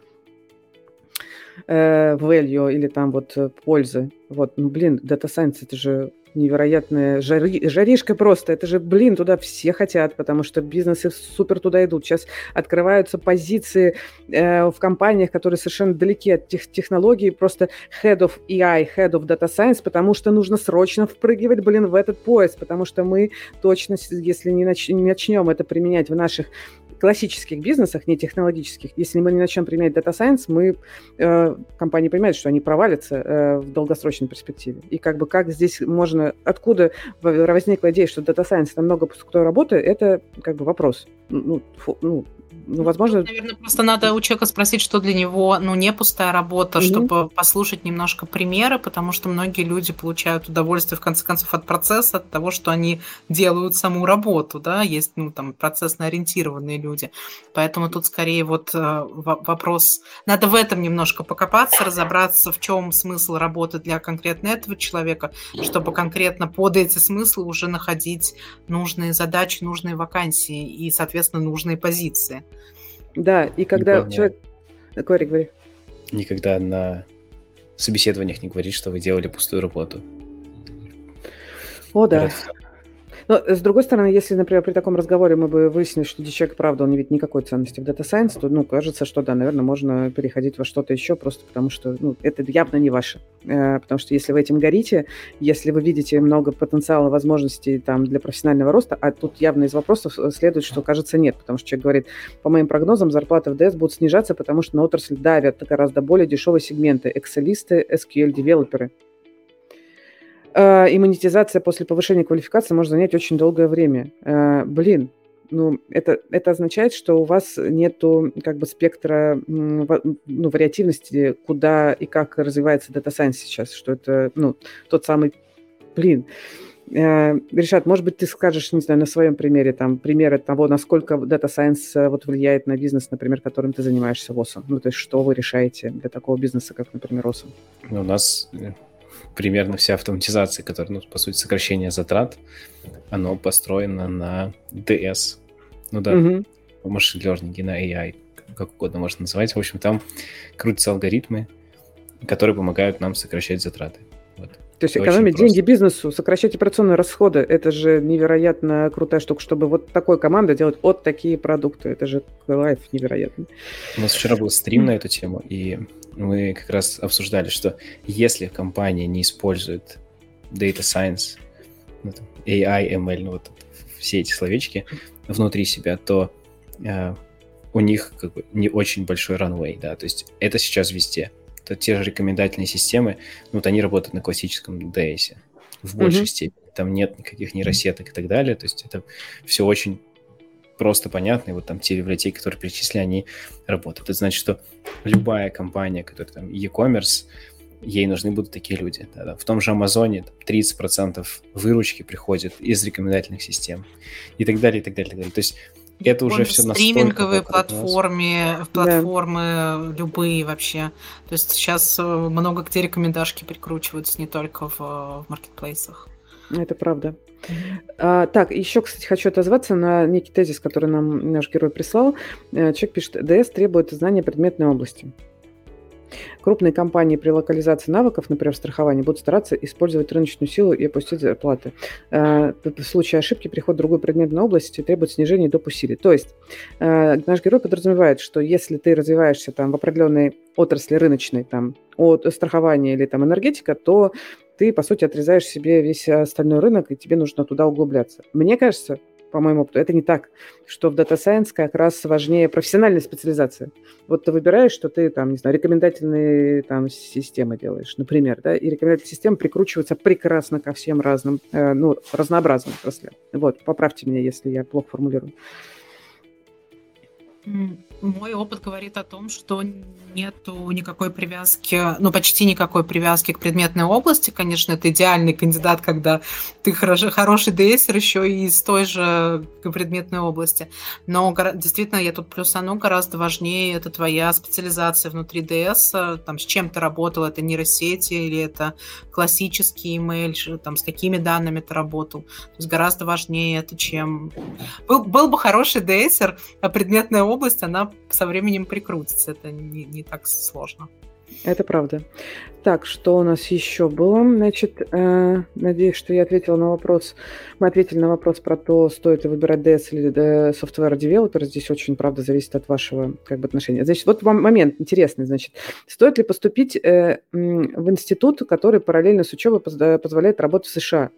э, value или там вот пользы. Вот, ну, блин, Data Science – это же невероятная жари, жаришка просто. Это же, блин, туда все хотят, потому что бизнесы супер туда идут. Сейчас открываются позиции э, в компаниях, которые совершенно далеки от тех технологий, просто head of эй ай, head of data science, потому что нужно срочно впрыгивать, блин, в этот поезд, потому что мы точно, если не, нач- не начнем это применять в наших классических бизнесах, не технологических, если мы не начнем применять Data Science, мы, э, компании понимают, что они провалятся э, в долгосрочной перспективе. И как бы как здесь можно, откуда возникла идея, что Data Science намного пустой работы, это как бы вопрос. Ну, фу, ну, ну, возможно... Тут, наверное, просто надо у человека спросить, что для него, ну, не пустая работа, mm-hmm. чтобы послушать немножко примеры, потому что многие люди получают удовольствие, в конце концов, от процесса, от того, что они делают саму работу, да, есть, ну, там, процессно-ориентированные люди. Поэтому тут скорее вот э, вопрос... Надо в этом немножко покопаться, разобраться, в чем смысл работы для конкретно этого человека, чтобы конкретно под эти смыслы уже находить нужные задачи, нужные вакансии и, соответственно, нужные позиции. Да, и когда и человек... Говори, говори. Никогда на собеседованиях не говорить, что вы делали пустую работу. О, да. Но, с другой стороны, если, например, при таком разговоре мы бы выяснили, что человек, правда, он не видит никакой ценности в Data Science, то, ну, кажется, что, да, наверное, можно переходить во что-то еще, просто потому что, ну, это явно не ваше. Э, потому что если вы этим горите, если вы видите много потенциала, возможностей там для профессионального роста, а тут явно из вопросов следует, что, кажется, нет, потому что человек говорит, по моим прогнозам, зарплаты в ди эс будут снижаться, потому что на отрасль давят гораздо более дешевые сегменты, экселисты, эс кью эль-девелоперы. И монетизация после повышения квалификации может занять очень долгое время. Блин, ну, это, это означает, что у вас нету как бы спектра, ну, вариативности, куда и как развивается Data Science сейчас, что это, ну, тот самый, блин. Ришат, может быть, ты скажешь, не знаю, на своем примере, там, примеры того, насколько Data Science вот влияет на бизнес, например, которым ты занимаешься в ОСО. Ну, то есть, что вы решаете для такого бизнеса, как, например, ОСО? У нас... примерно вся автоматизация, которая, ну, по сути, сокращение затрат, оно построено на ди эс. Ну да, mm-hmm. машин learning, на эй ай, как угодно можно называть. В общем, там крутятся алгоритмы, которые помогают нам сокращать затраты. Вот. То есть экономить деньги бизнесу, сокращать операционные расходы, это же невероятно крутая штука, чтобы вот такой командой делать вот такие продукты. Это же лайф невероятный. У нас вчера был стрим на эту тему, и мы как раз обсуждали, что если компания не использует Data Science, эй ай, эм эл, ну вот все эти словечки внутри себя, то э, у них как бы не очень большой runway, да, то есть это сейчас везде. То те же рекомендательные системы, ну вот они работают на классическом ди эс в большей mm-hmm. степени. Там нет никаких нейросеток и так далее, то есть это все очень просто понятно, и вот там те библиотеки, которые перечислили, они работают. Это значит, что любая компания, которая там e-commerce, ей нужны будут такие люди. Да, да. В том же Амазоне тридцать процентов выручки приходит из рекомендательных систем и так далее, и так далее, и так далее. То есть это уже все настолько... Стриминговые платформы, платформы да. любые вообще. То есть сейчас много где рекомендашки прикручиваются, не только в, в маркетплейсах. Это правда. Mm-hmm. А, так, еще, кстати, хочу отозваться на некий тезис, который нам наш герой прислал. Человек пишет, ди эс требует знания предметной области. Крупные компании при локализации навыков, например, в страховании, будут стараться использовать рыночную силу и опустить зарплаты. В случае ошибки переход в другую предметную область требует снижения доп. Усилий. То есть наш герой подразумевает, что если ты развиваешься там, в определенной отрасли рыночной, там, от страхования или там, энергетика, то ты, по сути, отрезаешь себе весь остальной рынок, и тебе нужно туда углубляться. Мне кажется, по моему опыту. Это не так, что в Data Science как раз важнее профессиональная специализация. Вот ты выбираешь, что ты там, не знаю, рекомендательные там системы делаешь, например, да, и рекомендательные системы прикручиваются прекрасно ко всем разным, э, ну, разнообразным отраслям. Вот, поправьте меня, если я плохо формулирую. Мой опыт говорит о том, что нету никакой привязки, ну, почти никакой привязки к предметной области. Конечно, это идеальный кандидат, когда ты хороший, хороший ДСер еще и из той же предметной области. Но действительно, я тут плюсану, гораздо важнее это твоя специализация внутри ДС, там, с чем ты работал, это нейросети или это классический email, там, с какими данными ты работал. То есть гораздо важнее это, чем... Был, был бы хороший ДСер, а предметная область, она со временем прикрутится. Это не, не так сложно. Это правда. Так, что у нас еще было? Значит, э, надеюсь, что я ответила на вопрос. Мы ответили на вопрос про то, стоит ли выбирать ди эс или software developer. Здесь очень, правда, зависит от вашего как бы, отношения. Значит, вот вам момент интересный. Значит, стоит ли поступить э, в институт, который параллельно с учебой позволяет работать в США?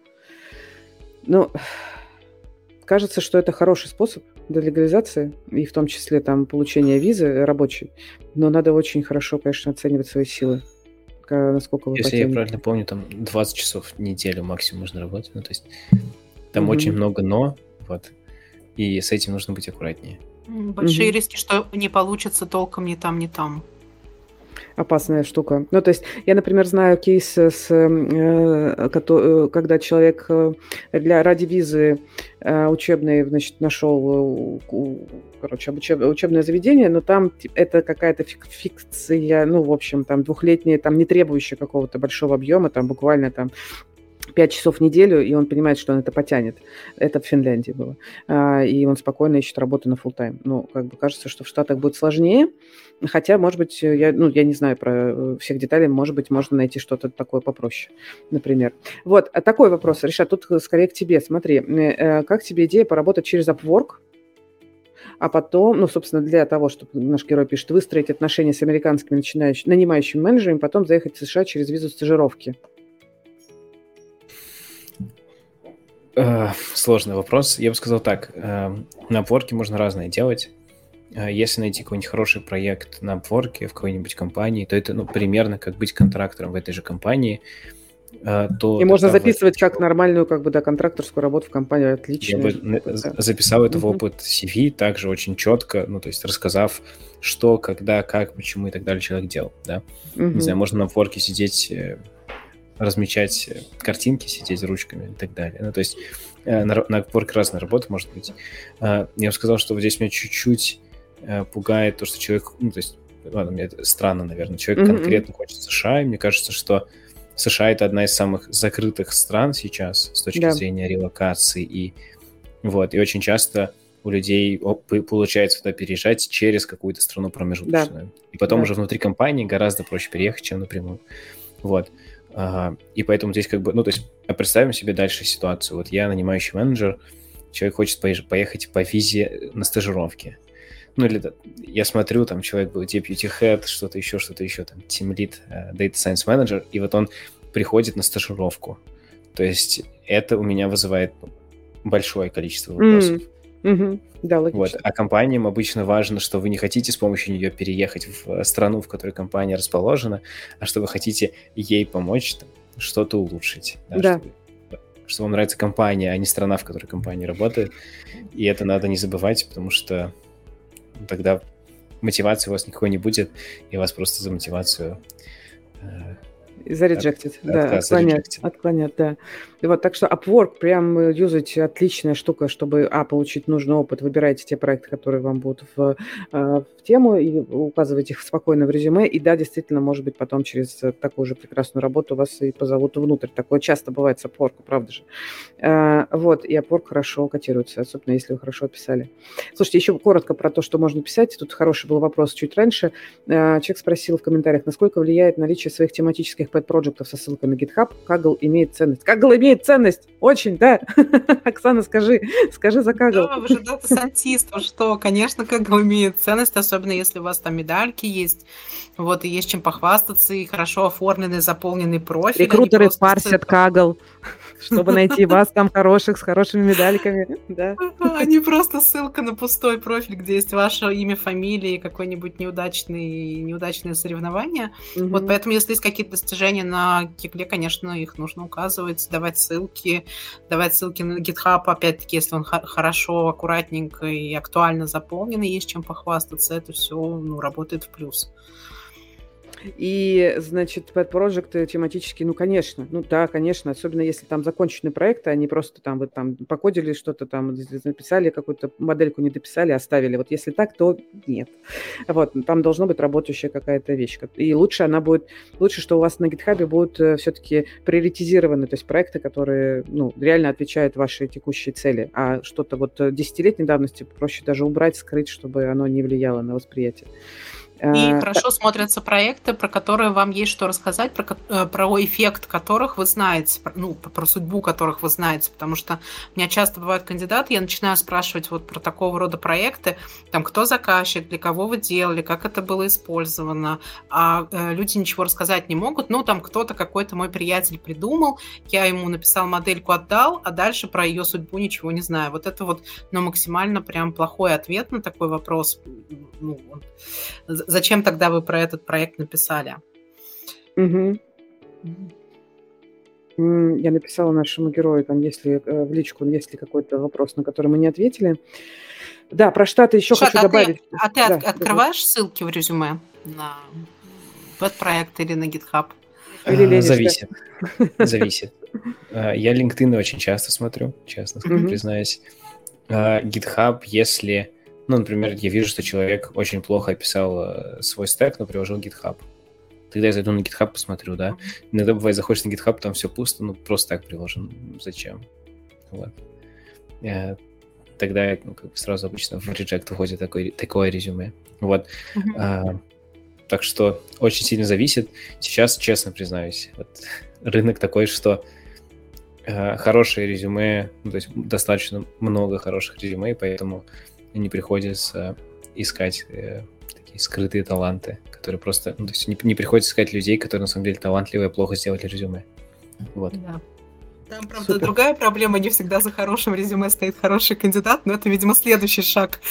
Ну, кажется, что это хороший способ для легализации, и в том числе там получения визы рабочей. Но надо очень хорошо, конечно, оценивать свои силы. Насколько вы Если потянете. я правильно помню, там двадцать часов в неделю максимум можно работать. Ну, то есть там mm-hmm. очень много «но», вот, и с этим нужно быть аккуратнее. Большие mm-hmm. риски, что не получится толком ни там, ни там. Опасная штука. Ну, то есть я, например, знаю кейс, с, э, когда человек для, ради визы э, учебной, значит, нашел, короче, учеб, учебное заведение, но там это какая-то фик, фикция, ну, в общем, там двухлетняя, там не требующая какого-то большого объема, там буквально там пять часов в неделю, и он понимает, что он это потянет. Это в Финляндии было. А, и он спокойно ищет работу на фулл-тайм. Ну, как бы кажется, что в Штатах будет сложнее. Хотя, может быть, я, ну, я не знаю про всех деталей, может быть, можно найти что-то такое попроще, например. Вот, а такой вопрос, Ришат, тут скорее к тебе. Смотри, как тебе идея поработать через Upwork, а потом, ну, собственно, для того, чтобы наш герой пишет, выстроить отношения с американскими начинающими, нанимающими менеджерами, потом заехать в США через визу стажировки? Сложный вопрос. Я бы сказал так. На Upwork можно разное делать. Если найти какой-нибудь хороший проект на Upwork в какой-нибудь компании, то это, ну, примерно как быть контрактором в этой же компании. То и можно записывать в... как нормальную, как бы, да, контракторскую работу в компании. Отлично. Я бы записал это в опыт си ви также очень четко, ну, то есть рассказав, что, когда, как, почему и так далее человек делал, да. Uh-huh. Не знаю, можно на Upwork сидеть... размечать картинки, сидеть ручками и так далее. Ну, то есть на, на Upwork разная работа может быть. Я бы сказал, что вот здесь меня чуть-чуть пугает то, что человек... Ну, то есть, ладно, мне это странно, наверное. Человек mm-hmm. конкретно хочет США, и мне кажется, что США — это одна из самых закрытых стран сейчас с точки yeah. зрения релокации. И, вот, и очень часто у людей получается туда переезжать через какую-то страну промежуточную. Yeah. И потом yeah. уже внутри компании гораздо проще переехать, чем напрямую. Вот. Ага. И поэтому здесь как бы, ну, то есть представим себе дальше ситуацию. Вот я нанимающий менеджер, человек хочет поехать по визе на стажировки. Ну, или я смотрю, там человек был deputy head, что-то еще, что-то еще, там, team lead, uh, data science manager, и вот он приходит на стажировку. То есть это у меня вызывает большое количество вопросов. Mm. Mm-hmm. Да, логично. Вот. А компаниям обычно важно, что вы не хотите с помощью нее переехать в страну, в которой компания расположена, а что вы хотите ей помочь, там, что-то улучшить. Да, да. Что, что вам нравится компания, а не страна, в которой компания работает. И это надо не забывать, потому что тогда мотивации у вас никакой не будет, и вас просто за мотивацию... Зареджектит, да, отклонят, отклонят, да. И вот, так что Upwork прям юзать отличная штука, чтобы, а, получить нужный опыт. Выбирайте те проекты, которые вам будут в, в тему, и указывайте их спокойно в резюме. И да, действительно, может быть, потом через такую же прекрасную работу вас и позовут внутрь. Такое часто бывает с Upwork, правда же. А, вот, и Upwork хорошо котируется, особенно если вы хорошо описали. Слушайте, еще коротко про то, что можно писать. Тут хороший был вопрос чуть раньше. А, человек спросил в комментариях, насколько влияет наличие своих тематических ваших пэт-проектов со ссылкой на GitHub, Kaggle имеет ценность. Kaggle имеет ценность! Очень, да? Оксана, скажи, скажи за Kaggle. Да, вы же дата-сайентист, что, конечно, Kaggle имеет ценность, особенно если у вас там медальки есть, вот, и есть чем похвастаться, и хорошо оформленный, заполненный профиль. Рекрутеры парсят Kaggle, чтобы найти вас там хороших, с хорошими медальками, да. А не просто ссылка на пустой профиль, где есть ваше имя, фамилия и какое-нибудь неудачное, неудачное соревнование. Mm-hmm. Вот поэтому, если есть какие-то достижения на Кигле, конечно, их нужно указывать, давать ссылки, давать ссылки на GitHub, опять-таки, если он х- хорошо, аккуратненько и актуально заполнен, и есть чем похвастаться, это все, ну, работает в плюс. И, значит, пэт-проекты тематические, ну, конечно, ну, да, конечно, особенно если там законченные проекты, они просто там, вы там покодили что-то там, написали какую-то модельку, не дописали, оставили. Вот если так, то нет. Вот, там должна быть работающая какая-то вещь. И лучше она будет, лучше, что у вас на GitHub будут все-таки приоритизированы, то есть проекты, которые, ну, реально отвечают вашей текущей цели. А что-то вот десятилетней давности проще даже убрать, скрыть, чтобы оно не влияло на восприятие. И а, хорошо так. смотрятся проекты, про которые вам есть что рассказать, про, про эффект которых вы знаете, ну, про судьбу которых вы знаете, потому что у меня часто бывают кандидаты, я начинаю спрашивать вот про такого рода проекты, там, кто заказчик, для кого вы делали, как это было использовано, а э, люди ничего рассказать не могут, ну, там кто-то, какой-то мой приятель придумал, я ему написал модельку, отдал, а дальше про ее судьбу ничего не знаю. Вот это вот, ну, максимально прям плохой ответ на такой вопрос, ну, зачем тогда вы про этот проект написали? Угу. Я написала нашему герою, там, если в личку, есть ли какой-то вопрос, на который мы не ответили. Да, про Штаты еще Слушай, хочу а добавить. Ты, а ты да, от, открываешь да. ссылки в резюме на веб-проект или на GitHub? Или а, зависит. Зависит. Я LinkedIn очень часто смотрю, честно mm-hmm. признаюсь. GitHub, если... Ну, например, я вижу, что человек очень плохо описал свой стэк, но приложил GitHub. Тогда я зайду на GitHub, посмотрю, да. Иногда бывает, заходишь на GitHub, там все пусто, ну, просто так приложен. Зачем? Вот. Тогда ну, как бы сразу обычно в reject уходит такое, такое резюме. Вот. Mm-hmm. А, так что очень сильно зависит. Сейчас, честно признаюсь, вот, рынок такой, что а, хорошие резюме, ну, то есть достаточно много хороших резюме, поэтому не приходится искать э, такие скрытые таланты, которые просто... Ну, то есть не, не приходится искать людей, которые на самом деле талантливые, плохо сделали резюме. Вот. Да. Там, правда, Супер. Другая проблема. Не всегда за хорошим резюме стоит хороший кандидат, но это, видимо, следующий шаг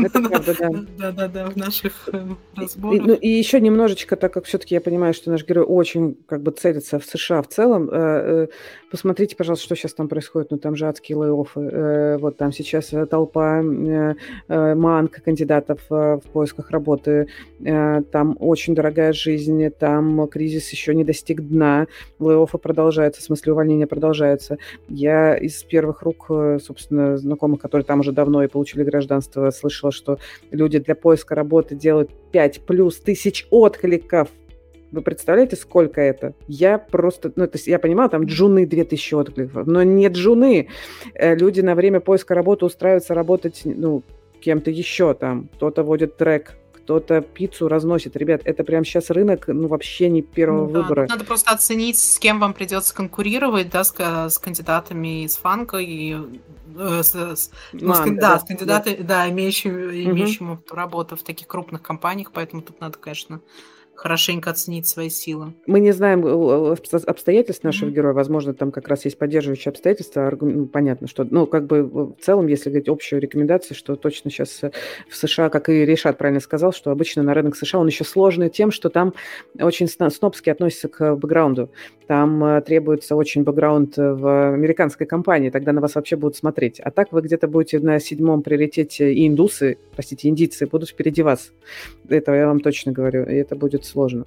да-да-да, в наших разборах. И, ну, и еще немножечко, так как все-таки я понимаю, что наш герой очень как бы целится в США в целом, э, э, посмотрите, пожалуйста, что сейчас там происходит. Ну, там же адские лей-оффы. Э, вот там сейчас толпа э, э, манг кандидатов э, в поисках работы. Э, там очень дорогая жизнь, там кризис еще не достиг дна. Лей-оффы продолжаются, в смысле увольнения продолжаются. Я из первых рук, собственно, знакомых, которые там уже давно и получили гражданство, слышала, что люди для поиска работы делают пять плюс тысяч откликов. Вы представляете, сколько это? Я просто... Ну, то есть я понимала, там джуны две тысячи откликов, но не джуны. Люди на время поиска работы устраиваются работать, ну, кем-то еще там. Кто-то водит трек, кто-то пиццу разносит. Ребят, это прямо сейчас рынок, ну, вообще не первого да, выбора. Надо просто оценить, с кем вам придется конкурировать, да, с, с кандидатами из фанка и... Э, с, с, ну, с, да, да, с кандидатами, да, да имеющими, имеющими угу. работу в таких крупных компаниях, поэтому тут надо, конечно... хорошенько оценить свои силы. Мы не знаем обстоятельств нашего mm-hmm. героя. Возможно, там как раз есть поддерживающие обстоятельства. Ну, понятно, что... Ну, как бы в целом, если говорить общую рекомендацию, что точно сейчас в США, как и Решат правильно сказал, что обычно на рынок США он еще сложный тем, что там очень снобски относятся к бэкграунду. Там требуется очень бэкграунд в американской компании, тогда на вас вообще будут смотреть. А так вы где-то будете на седьмом приоритете, и индусы, простите, индийцы будут впереди вас. Это я вам точно говорю, и это будет сложно.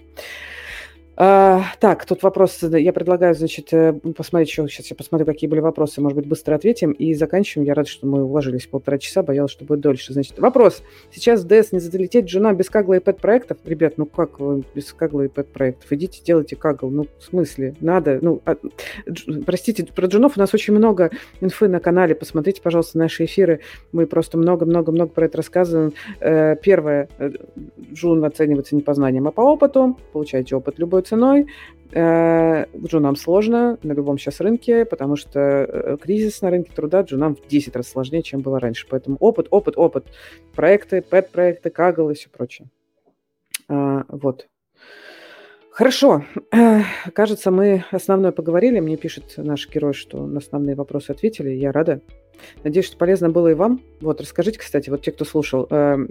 А, так, тут вопрос. Я предлагаю, значит, посмотреть еще. Сейчас я посмотрю, какие были вопросы. Может быть, быстро ответим и заканчиваем. Я рада, что мы уложились в полтора часа. Боялась, что будет дольше. Значит, вопрос. Сейчас в ди эс не залететь джуна без Kaggle и пэт-проектов? Ребят, ну как вы без Kaggle и пэт-проектов? Идите, делайте Kaggle. Ну, в смысле? Надо. Ну, а, дж, простите, про джунов у нас очень много инфы на канале. Посмотрите, пожалуйста, наши эфиры. Мы просто много-много-много про это рассказываем. Первое. Джун оценивается не по знаниям, а по опыту. Получаете опыт любой ценой. Джунам сложно на любом сейчас рынке, потому что кризис на рынке труда джунам в десять раз сложнее, чем было раньше. Поэтому опыт, опыт, опыт. Проекты, пэт-проекты, Kaggle и все прочее. Вот. Хорошо. Кажется, мы основное поговорили. Мне пишет наш герой, что на основные вопросы ответили. Я рада. Надеюсь, что полезно было и вам. Вот, расскажите, кстати, вот те, кто слушал,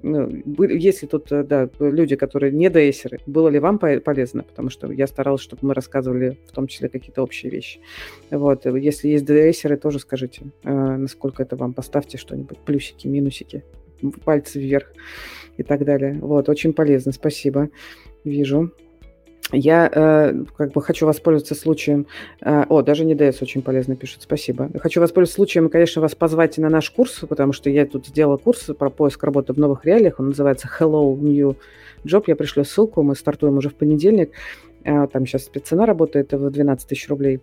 есть ли тут, да, люди, которые не ДСеры, было ли вам полезно? Потому что я старалась, чтобы мы рассказывали в том числе какие-то общие вещи. Вот, если есть ДСеры, тоже скажите, насколько это вам. Поставьте что-нибудь, плюсики, минусики, пальцы вверх и так далее. Вот, очень полезно, спасибо. Вижу. Я э, как бы хочу воспользоваться случаем... Э, о, даже не ДС очень полезно пишет, спасибо. Хочу воспользоваться случаем, конечно, вас позвать на наш курс, потому что я тут сделала курс про поиск работы в новых реалиях. Он называется Hello New Job. Я пришлю ссылку, мы стартуем уже в понедельник. Э, там сейчас спеццена работает в двенадцать тысяч рублей.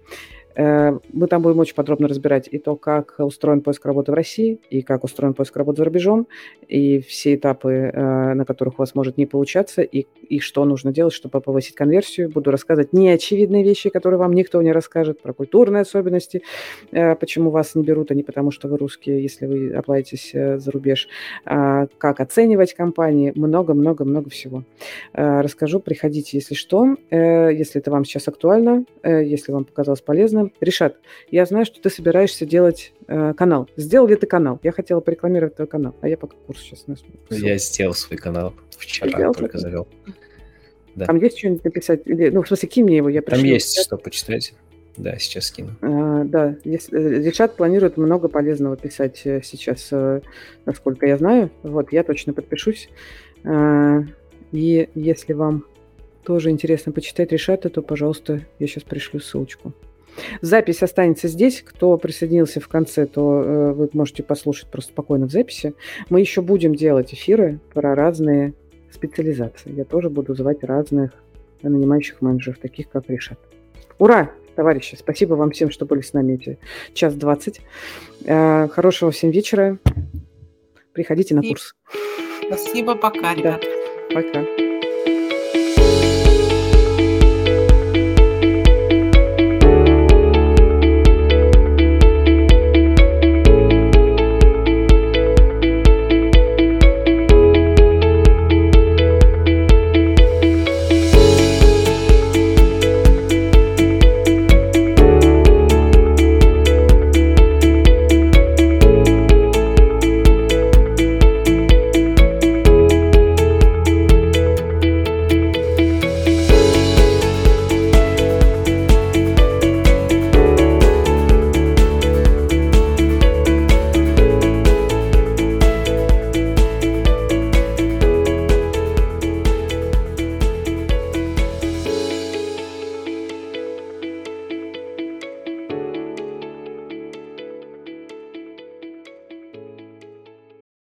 Мы там будем очень подробно разбирать и то, как устроен поиск работы в России, и как устроен поиск работы за рубежом, и все этапы, на которых у вас может не получаться, и, и что нужно делать, чтобы повысить конверсию. Буду рассказывать неочевидные вещи, которые вам никто не расскажет, про культурные особенности, почему вас не берут, а не потому, что вы русские, если вы оплатитесь за рубеж, как оценивать компании, много-много-много всего. Расскажу, приходите, если что, если это вам сейчас актуально, если вам показалось полезно. Ришат, я знаю, что ты собираешься делать э, канал. Сделал ли ты канал? Я хотела порекламировать твой канал, а я пока курс сейчас на Я сделал свой канал. Вчера только завел. Да. Там есть что-нибудь написать? Или, ну, в смысле, кинь мне его. Я Там есть что почитать. Да, сейчас скину. А, да, если, Ришат планирует много полезного писать сейчас, насколько я знаю. Вот, я точно подпишусь. А, и если вам тоже интересно почитать Ришата, то, пожалуйста, я сейчас пришлю ссылочку. Запись останется здесь. Кто присоединился в конце, то э, вы можете послушать просто спокойно в записи. Мы еще будем делать эфиры про разные специализации. Я тоже буду звать разных нанимающих менеджеров, таких как Ришат. Ура, товарищи! Спасибо вам всем, что были с нами эти час двадцать. Э, хорошего всем вечера. Приходите на курс. Спасибо, пока, ребята. Да, пока.